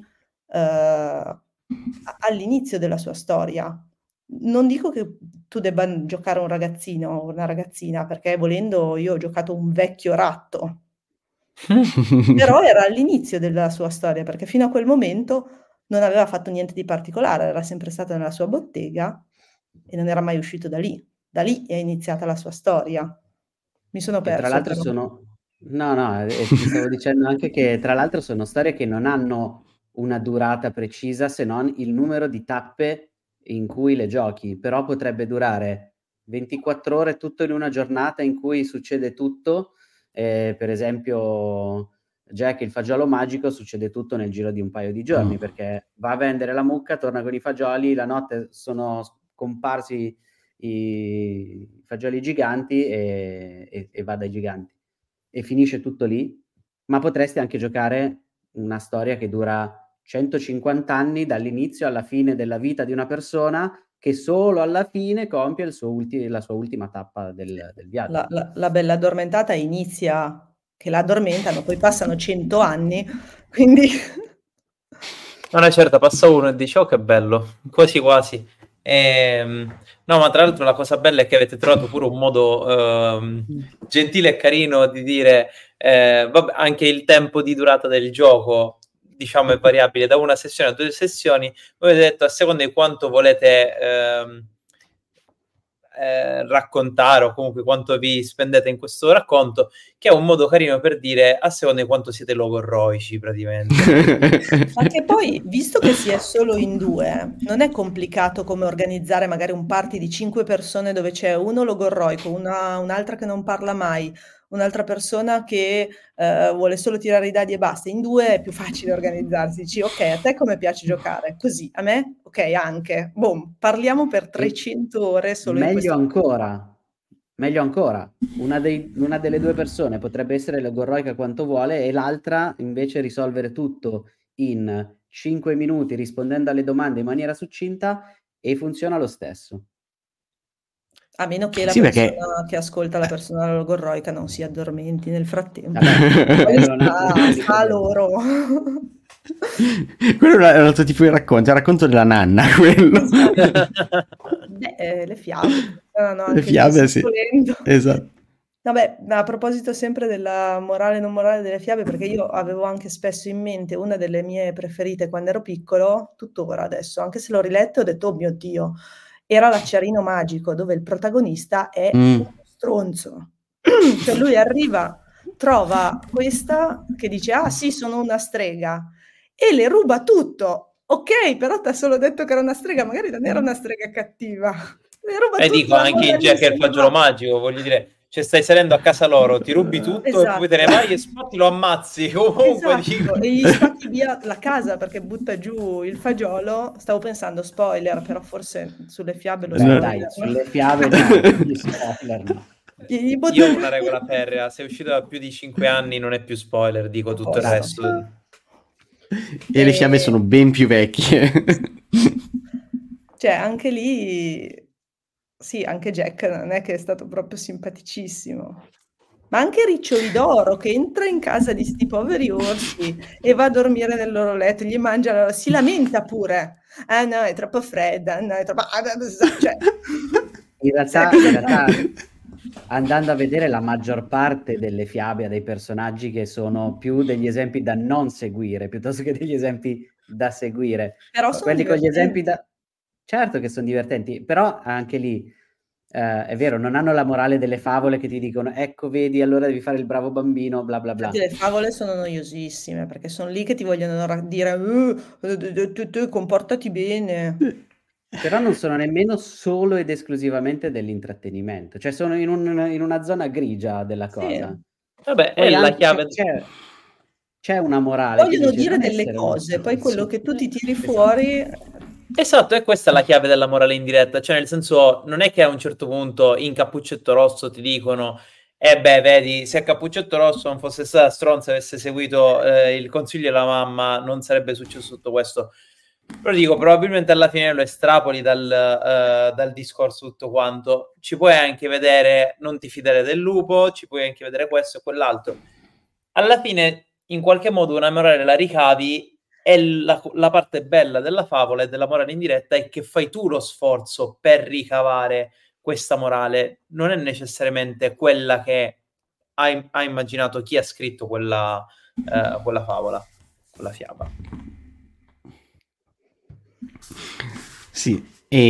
all'inizio della sua storia. Non dico che tu debba giocare un ragazzino o una ragazzina, perché volendo io ho giocato un vecchio ratto, però era all'inizio della sua storia, perché fino a quel momento non aveva fatto niente di particolare, era sempre stato nella sua bottega e non era mai uscito da lì. Da lì è iniziata la sua storia. Mi sono perso.
Tra l'altro ti stavo dicendo anche che tra l'altro sono storie che non hanno una durata precisa se non il numero di tappe in cui le giochi, però potrebbe durare 24 ore tutto in una giornata in cui succede tutto, per esempio Jack il fagiolo magico succede tutto nel giro di un paio di giorni perché va a vendere la mucca, torna con i fagioli, la notte sono scomparsi i fagioli giganti e va dai giganti e finisce tutto lì, ma potresti anche giocare una storia che dura 150 anni dall'inizio alla fine della vita di una persona che solo alla fine compie la sua ultima tappa del viaggio.
La bella addormentata inizia che la addormentano, poi passano 100 anni, quindi...
Una certa, passa uno e dice, oh che bello, quasi quasi. No, ma tra l'altro la cosa bella è che avete trovato pure un modo gentile e carino di dire, vabbè, anche il tempo di durata del gioco, diciamo, è variabile da una sessione a 2 sessioni. Voi avete detto a seconda di quanto volete raccontare o comunque quanto vi spendete in questo racconto, che è un modo carino per dire a seconda di quanto siete logorroici praticamente.
Ma che poi, visto che si è solo in 2, non è complicato come organizzare magari un party di 5 persone dove c'è uno logorroico, un'altra che non parla mai, un'altra persona che vuole solo tirare i dadi e basta. In 2 è più facile organizzarsi. Dici, ok, a te come piace giocare? Così, a me? Ok, anche. Boom, parliamo per 300 ore solo in questo.
Meglio ancora, una delle 2 persone potrebbe essere logorroica quanto vuole e l'altra invece risolvere tutto in 5 minuti rispondendo alle domande in maniera succinta e funziona lo stesso.
A meno che la persona che ascolta la persona logorroica non si addormenti nel frattempo. Sta loro.
Quello è un altro tipo di racconto, è il racconto della nanna, quello.
Beh, le fiabe.
Le fiabe, sì. Esatto.
Vabbè, a proposito sempre della morale e non morale delle fiabe, perché io avevo anche spesso in mente una delle mie preferite quando ero piccolo, tuttora adesso, anche se l'ho riletto ho detto, oh mio Dio, era l'Acciarino Magico, dove il protagonista è uno stronzo. Cioè lui arriva, trova questa che dice, ah sì, sono una strega, e le ruba tutto. Ok, però ti ha solo detto che era una strega, magari non era una strega cattiva. Le ruba tutto,
dico, anche in Jack e il fagiolo magico, voglio dire, cioè stai salendo a casa loro, ti rubi tutto e poi te ne vai e spatti lo ammazzi. Comunque dico.
E gli spatti via la casa perché butta giù il fagiolo. Stavo pensando spoiler, però forse sulle fiabe lo spoiler.
Dai, sulle fiabe dai, spoiler no.
Io ho una regola ferrea, se è uscito da più di 5 anni non è più spoiler, dico tutto il resto.
E le fiabe sono ben più vecchie.
Cioè, anche lì, sì, anche Jack non è che è stato proprio simpaticissimo. Ma anche Riccioli d'Oro, che entra in casa di sti poveri orsi e va a dormire nel loro letto, gli mangia, si lamenta pure. Ah no, è troppo fredda, no, è troppo... Cioè...
In realtà, andando a vedere la maggior parte delle fiabe dei personaggi che sono più degli esempi da non seguire piuttosto che degli esempi da seguire.
Però sono
quelli
divertenti.
con gli esempi da... Certo che sono divertenti, però anche lì è vero, non hanno la morale delle favole che ti dicono ecco vedi allora devi fare il bravo bambino bla bla bla.
Le favole sono noiosissime perché sono lì che ti vogliono dire comportati bene.
Però non sono nemmeno solo ed esclusivamente dell'intrattenimento, cioè sono in una zona grigia della cosa.
Sì.
Vabbè, poi è la chiave.
C'è una morale.
Vogliono dire delle cose, poi quello che tu ti tiri fuori...
Esatto, e questa è la chiave della morale indiretta, cioè nel senso non è che a un certo punto in Cappuccetto Rosso ti dicono beh, vedi, se Cappuccetto Rosso non fosse stata stronza e avesse seguito il consiglio della mamma non sarebbe successo tutto questo. Però dico, probabilmente alla fine lo estrapoli dal discorso tutto quanto. Ci puoi anche vedere non ti fidare del lupo, ci puoi anche vedere questo e quell'altro. Alla fine, in qualche modo, una morale la ricavi e la parte bella della favola e della morale indiretta è che fai tu lo sforzo per ricavare questa morale. Non è necessariamente quella che ha immaginato chi ha scritto quella favola, quella fiaba.
Sì,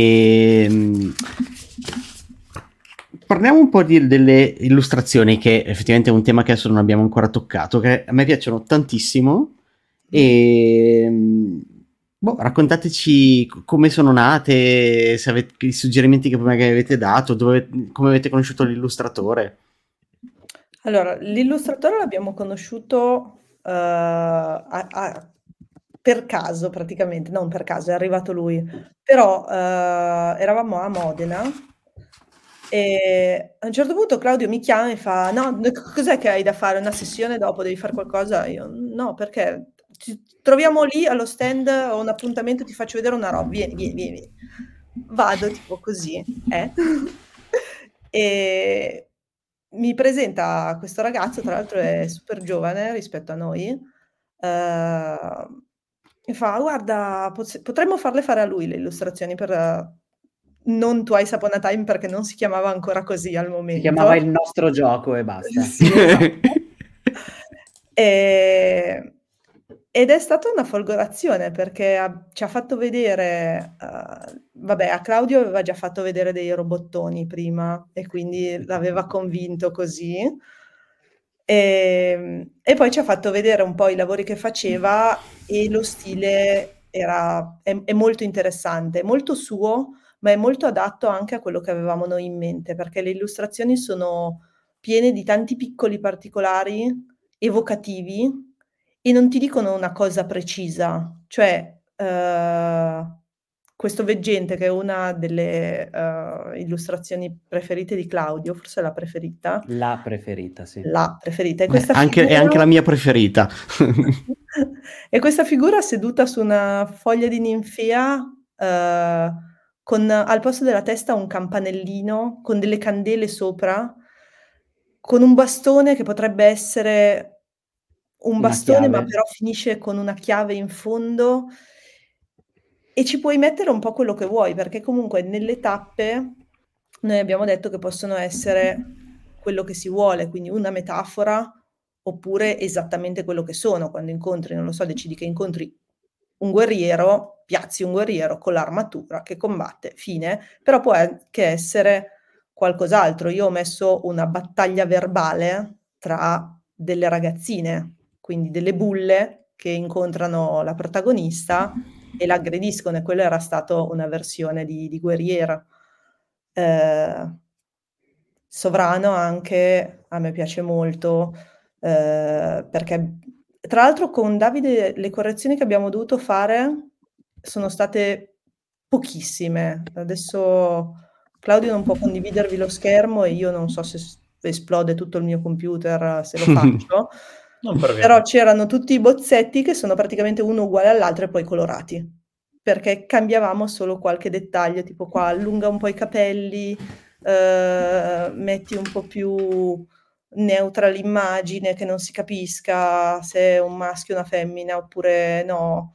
parliamo un po' delle illustrazioni, che effettivamente è un tema che adesso non abbiamo ancora toccato, che a me piacciono tantissimo. E raccontateci come sono nate, se avete i suggerimenti che magari avete dato, come avete conosciuto l'illustratore.
Allora, l'illustratore l'abbiamo conosciuto per caso praticamente, non per caso, è arrivato lui, però eravamo a Modena e a un certo punto Claudio mi chiama e fa no, cos'è che hai da fare? Una sessione dopo devi fare qualcosa? Io no, perché ci troviamo lì allo stand, ho un appuntamento, ti faccio vedere una roba, vieni. Vado tipo così, e mi presenta questo ragazzo, tra l'altro è super giovane rispetto a noi, e fa guarda potremmo farle fare a lui le illustrazioni per non Twice Upon a Time, perché non si chiamava ancora così al momento.
Si chiamava Il Nostro Gioco e basta.
Sì, esatto. Ed è stata una folgorazione perché ci ha fatto vedere, a Claudio aveva già fatto vedere dei robottoni prima e quindi l'aveva convinto così. E poi ci ha fatto vedere un po' i lavori che faceva e lo stile è molto interessante, molto suo, ma è molto adatto anche a quello che avevamo noi in mente, perché le illustrazioni sono piene di tanti piccoli particolari evocativi e non ti dicono una cosa precisa, cioè questo veggente, che è una delle illustrazioni preferite di Claudio, forse la preferita.
La preferita, sì.
La preferita. E
questa è anche la mia preferita.
E questa figura seduta su una foglia di ninfea, con al posto della testa un campanellino, con delle candele sopra, con un bastone che potrebbe essere un bastone, ma però finisce con una chiave in fondo, e ci puoi mettere un po' quello che vuoi, perché comunque nelle tappe noi abbiamo detto che possono essere quello che si vuole, quindi una metafora, oppure esattamente quello che sono. Quando incontri, non lo so, decidi che incontri un guerriero, piazzi un guerriero con l'armatura che combatte, fine, però può anche essere qualcos'altro. Io ho messo una battaglia verbale tra delle ragazzine, quindi delle bulle che incontrano la protagonista e l'aggrediscono, e quello era stato una versione di guerriera. Sovrano anche a me piace molto, perché tra l'altro con Davide le correzioni che abbiamo dovuto fare sono state pochissime. Adesso Claudio non può condividervi lo schermo e io non so se esplode tutto il mio computer se lo faccio.
Non per
Però c'erano tutti i bozzetti che sono praticamente uno uguale all'altro e poi colorati, perché cambiavamo solo qualche dettaglio, tipo qua allunga un po' i capelli, metti un po' più neutra l'immagine, che non si capisca se è un maschio o una femmina oppure no.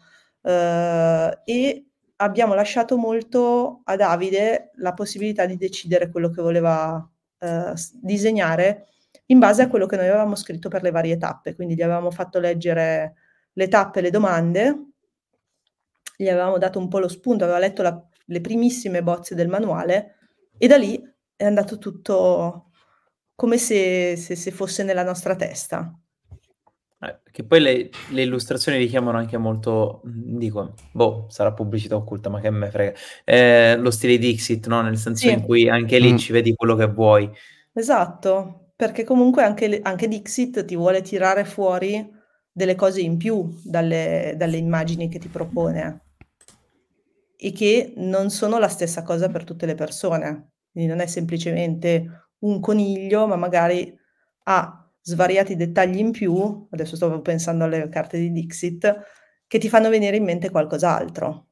E abbiamo lasciato molto a Davide la possibilità di decidere quello che voleva disegnare in base a quello che noi avevamo scritto per le varie tappe. Quindi gli avevamo fatto leggere le tappe e le domande, gli avevamo dato un po' lo spunto, aveva letto le primissime bozze del manuale e da lì è andato tutto come se fosse nella nostra testa.
Che poi le illustrazioni richiamano anche molto, dico, sarà pubblicità occulta, ma che me frega, lo stile Dixit, no? Nel senso in cui anche lì ci vedi quello che vuoi.
Esatto, perché comunque anche Dixit ti vuole tirare fuori delle cose in più dalle immagini che ti propone e che non sono la stessa cosa per tutte le persone. Quindi non è semplicemente un coniglio, ma magari ha svariati dettagli in più, adesso stavo pensando alle carte di Dixit, che ti fanno venire in mente qualcos'altro.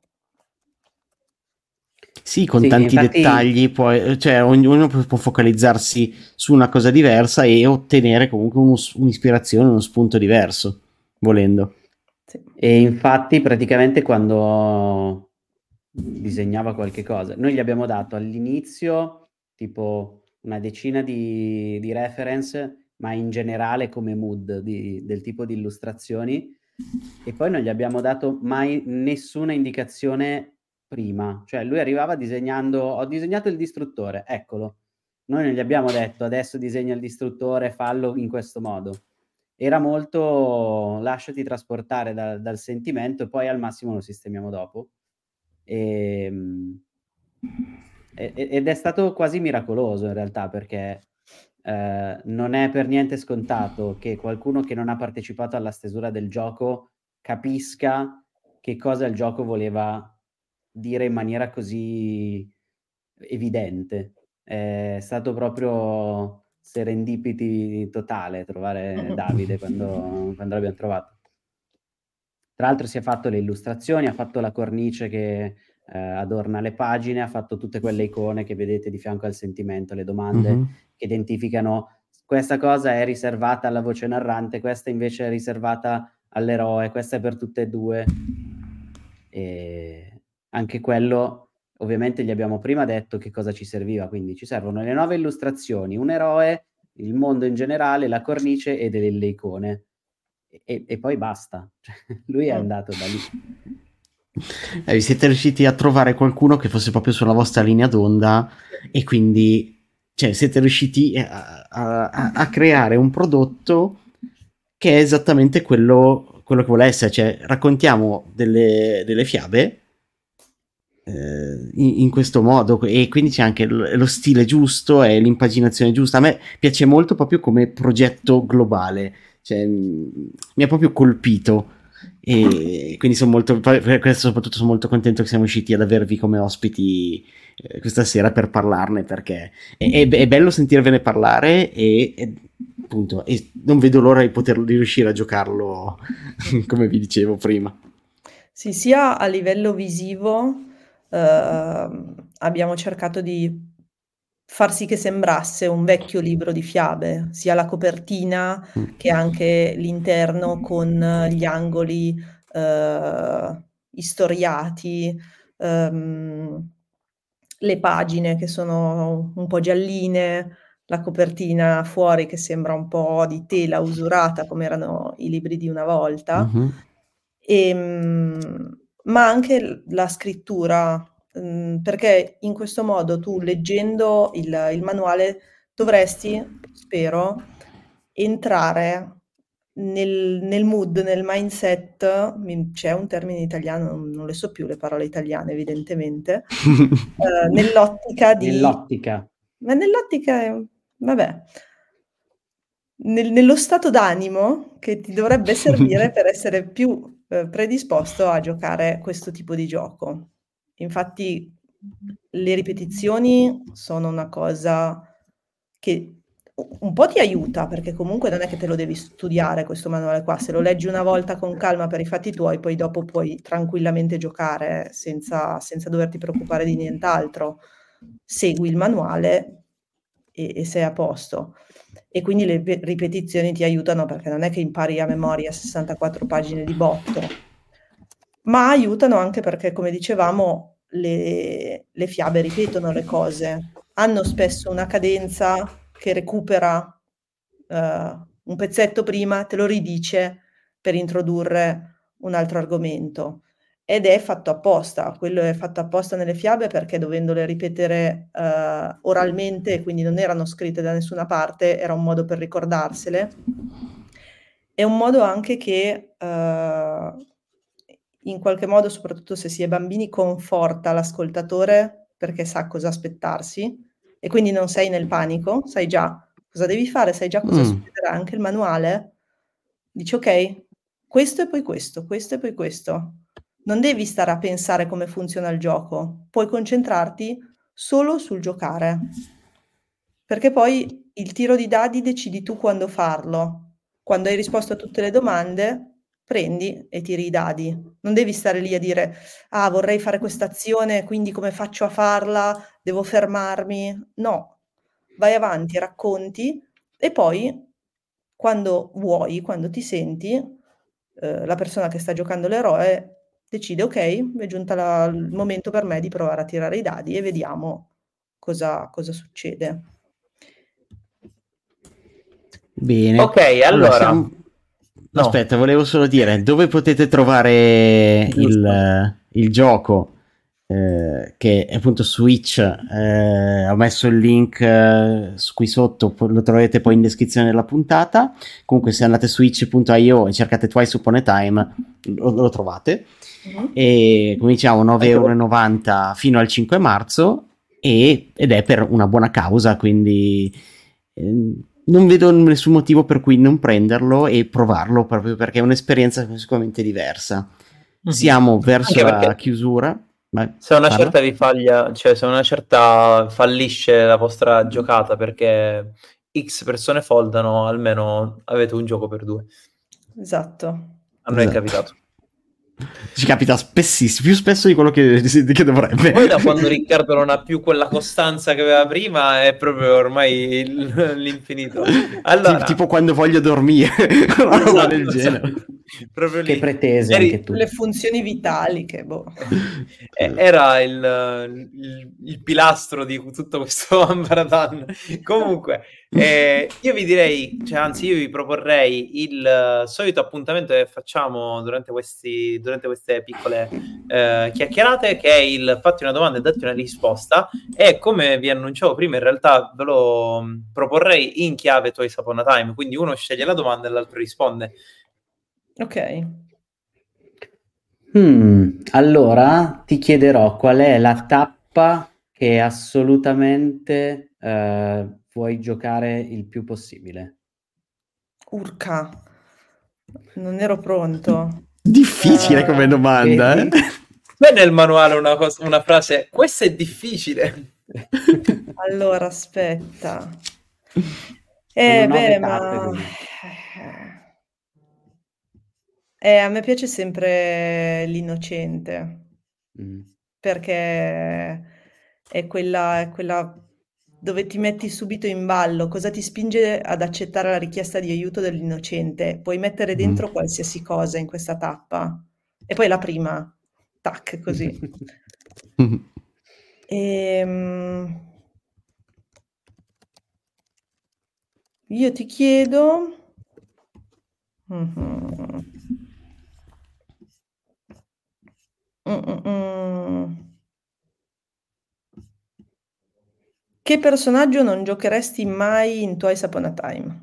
Sì, con tanti dettagli, cioè ognuno può focalizzarsi su una cosa diversa e ottenere comunque un'ispirazione, uno spunto diverso, volendo.
Sì. E infatti praticamente quando disegnava qualche cosa, noi gli abbiamo dato all'inizio tipo una decina di reference, ma in generale come mood del tipo di illustrazioni, e poi non gli abbiamo dato mai nessuna indicazione prima. Cioè lui arrivava disegnando, ho disegnato il distruttore, eccolo. Noi non gli abbiamo detto adesso disegna il distruttore, fallo in questo modo. Era molto lasciati trasportare dal sentimento e poi al massimo lo sistemiamo dopo. Ed è stato quasi miracoloso in realtà, perché non è per niente scontato che qualcuno che non ha partecipato alla stesura del gioco capisca che cosa il gioco voleva dire in maniera così evidente. È stato proprio serendipity totale trovare Davide quando l'abbiamo trovato. Tra l'altro si è fatto le illustrazioni, ha fatto la cornice che adorna le pagine, ha fatto tutte quelle icone che vedete di fianco al sentimento, le domande che identificano questa cosa è riservata alla voce narrante, questa invece è riservata all'eroe, questa è per tutte e due. E anche quello ovviamente gli abbiamo prima detto che cosa ci serviva, quindi ci servono le 9 illustrazioni, un eroe, il mondo in generale, la cornice e delle icone. E poi basta. Lui è andato da lì.
Siete riusciti a trovare qualcuno che fosse proprio sulla vostra linea d'onda e quindi siete riusciti a creare un prodotto che è esattamente quello che vuole essere. Cioè raccontiamo delle fiabe in questo modo, e quindi c'è anche lo stile giusto e l'impaginazione giusta. A me piace molto proprio come progetto globale, cioè mi ha proprio colpito, e quindi per questo soprattutto sono molto contento che siamo riusciti ad avervi come ospiti questa sera per parlarne, perché è bello sentirvene parlare e appunto non vedo l'ora di riuscire a giocarlo come vi dicevo prima.
Sì, sia a livello visivo abbiamo cercato di far sì che sembrasse un vecchio libro di fiabe, sia la copertina che anche l'interno con gli angoli istoriati, le pagine che sono un po' gialline, la copertina fuori che sembra un po' di tela usurata come erano i libri di una volta, ma anche la scrittura, perché in questo modo tu leggendo il manuale dovresti, spero, entrare nel mood, nel mindset, c'è un termine in italiano, non le so più le parole italiane evidentemente, nell'ottica di...
Nell'ottica.
Ma nell'ottica, vabbè, nello stato d'animo che ti dovrebbe servire per essere più predisposto a giocare questo tipo di gioco. Infatti le ripetizioni sono una cosa che un po' ti aiuta, perché comunque non è che te lo devi studiare questo manuale qua, se lo leggi una volta con calma per i fatti tuoi, poi dopo puoi tranquillamente giocare senza doverti preoccupare di nient'altro. Segui il manuale e sei a posto. E quindi le ripetizioni ti aiutano, perché non è che impari a memoria 64 pagine di botto, ma aiutano anche perché, come dicevamo, le fiabe ripetono le cose, hanno spesso una cadenza che recupera un pezzetto prima, te lo ridice per introdurre un altro argomento. Ed è fatto apposta, quello è fatto apposta nelle fiabe, perché dovendole ripetere oralmente, quindi non erano scritte da nessuna parte, era un modo per ricordarsele. È un modo anche che in qualche modo, soprattutto se si è bambini, conforta l'ascoltatore, perché sa cosa aspettarsi e quindi non sei nel panico, sai già cosa devi fare, sai già cosa succederà. Anche il manuale dice ok, questo e poi questo, questo e poi questo. Non devi stare a pensare come funziona il gioco, puoi concentrarti solo sul giocare, perché poi il tiro di dadi decidi tu quando farlo. Quando hai risposto a tutte le domande, prendi e tiri i dadi. Non devi stare lì a dire ah, vorrei fare questa azione, quindi come faccio a farla? Devo fermarmi? No, vai avanti, racconti e poi quando vuoi, quando ti senti, la persona che sta giocando l'eroe decide ok, è giunta il momento per me di provare a tirare i dadi e vediamo cosa succede.
Bene.
Ok, allora.
No. Aspetta, volevo solo dire dove potete trovare il gioco, che è appunto Switch. Ho messo il link qui sotto, lo troverete poi in descrizione della puntata. Comunque se andate su switch.io e cercate Twice Upon a Time lo trovate. E come diciamo 9,90 € fino al 5 marzo ed è per una buona causa, quindi non vedo nessun motivo per cui non prenderlo e provarlo, proprio perché è un'esperienza sicuramente diversa. Siamo verso la chiusura.
Se una certa vi faglia, cioè se una certa fallisce la vostra giocata perché X persone foldano, almeno avete un gioco per due.
Esatto.
A noi è capitato.
Ci capita spessissimo, più spesso di quello che dovrebbe.
Poi da quando Riccardo non ha più quella costanza che aveva prima è proprio ormai l'infinito. Allora,
tipo quando voglio dormire, una roba del genere.
Proprio
che
lì.
pretese anche tu.
Le funzioni vitali che
Era il pilastro di tutto questo Ambaratan. Comunque io vi direi, cioè anzi io vi proporrei il solito appuntamento che facciamo durante queste piccole chiacchierate, che è il fatti una domanda e datti una risposta, e come vi annunciavo prima in realtà ve lo proporrei in chiave Twice Upon a Time, quindi uno sceglie la domanda e l'altro risponde.
Ok.
Allora ti chiederò qual è la tappa che assolutamente vuoi giocare il più possibile.
Urca, non ero pronto.
Difficile come domanda,
vedi?
C'è nel manuale una frase, questa è difficile.
Allora, aspetta. A me piace sempre l'innocente, perché è quella dove ti metti subito in ballo. Cosa ti spinge ad accettare la richiesta di aiuto dell'innocente? Puoi mettere dentro qualsiasi cosa in questa tappa. E poi la prima, tac, così. io ti chiedo... Mhm. Che personaggio non giocheresti mai in Twice Upon a Time?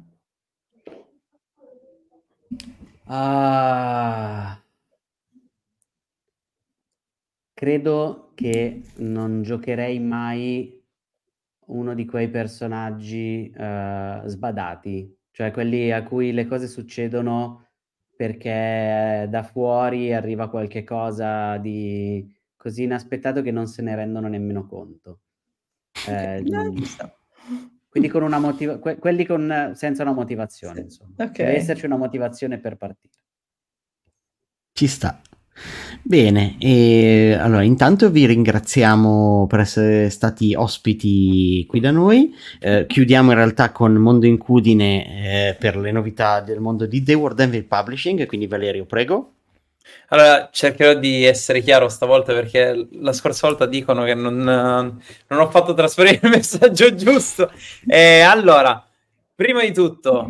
Credo che non giocherei mai uno di quei personaggi sbadati, cioè quelli a cui le cose succedono perché da fuori arriva qualche cosa di così inaspettato che non se ne rendono nemmeno conto.
Ci sta.
Quindi con una quelli senza una motivazione, insomma.
Ok.
Deve esserci una motivazione per partire.
Ci sta. Bene, e allora intanto vi ringraziamo per essere stati ospiti qui da noi. Chiudiamo in realtà con Mondo Incudine per le novità del mondo di The World Anvil Publishing, quindi Valerio, prego.
Allora, cercherò di essere chiaro stavolta perché la scorsa volta dicono che non ho fatto trasferire il messaggio giusto. Allora, prima di tutto,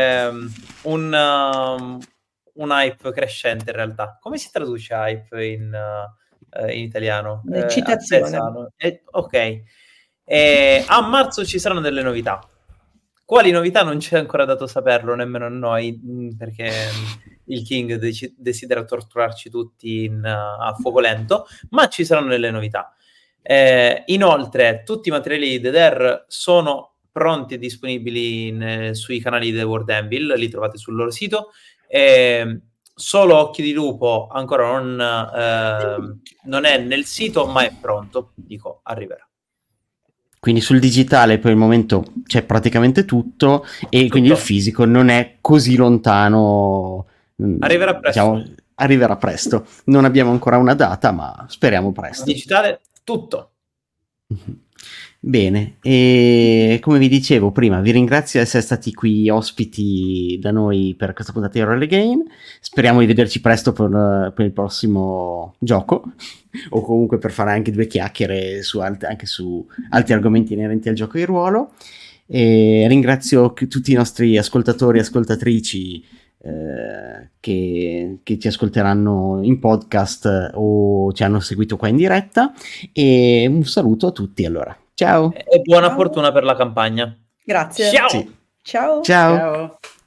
un hype crescente in realtà. Come si traduce hype in italiano?
Eccitazione.
Ok. A marzo ci saranno delle novità. Quali novità non c'è ancora dato saperlo, nemmeno a noi, perché il King desidera torturarci tutti a fuoco lento, ma ci saranno delle novità. Inoltre, tutti i materiali di The Dare sono pronti e disponibili sui canali di The World Anvil, li trovate sul loro sito. Solo Occhi di Lupo ancora non è nel sito, ma è pronto, dico, arriverà.
Quindi sul digitale per il momento c'è praticamente tutto e quindi il fisico non è così lontano.
Arriverà presto.
Diciamo, arriverà presto. Non abbiamo ancora una data, ma speriamo presto.
Digitale, tutto.
Bene, e come vi dicevo prima, vi ringrazio di essere stati qui ospiti da noi per questa puntata di Roll Again. Speriamo di vederci presto per il prossimo gioco, o comunque per fare anche due chiacchiere anche su altri argomenti inerenti al gioco di ruolo. E ringrazio tutti i nostri ascoltatori e ascoltatrici che ci ascolteranno in podcast o ci hanno seguito qua in diretta, e un saluto a tutti allora. Ciao.
E buona fortuna per la campagna.
Grazie.
Ciao.
Sì.
Ciao.
Ciao.
Ciao.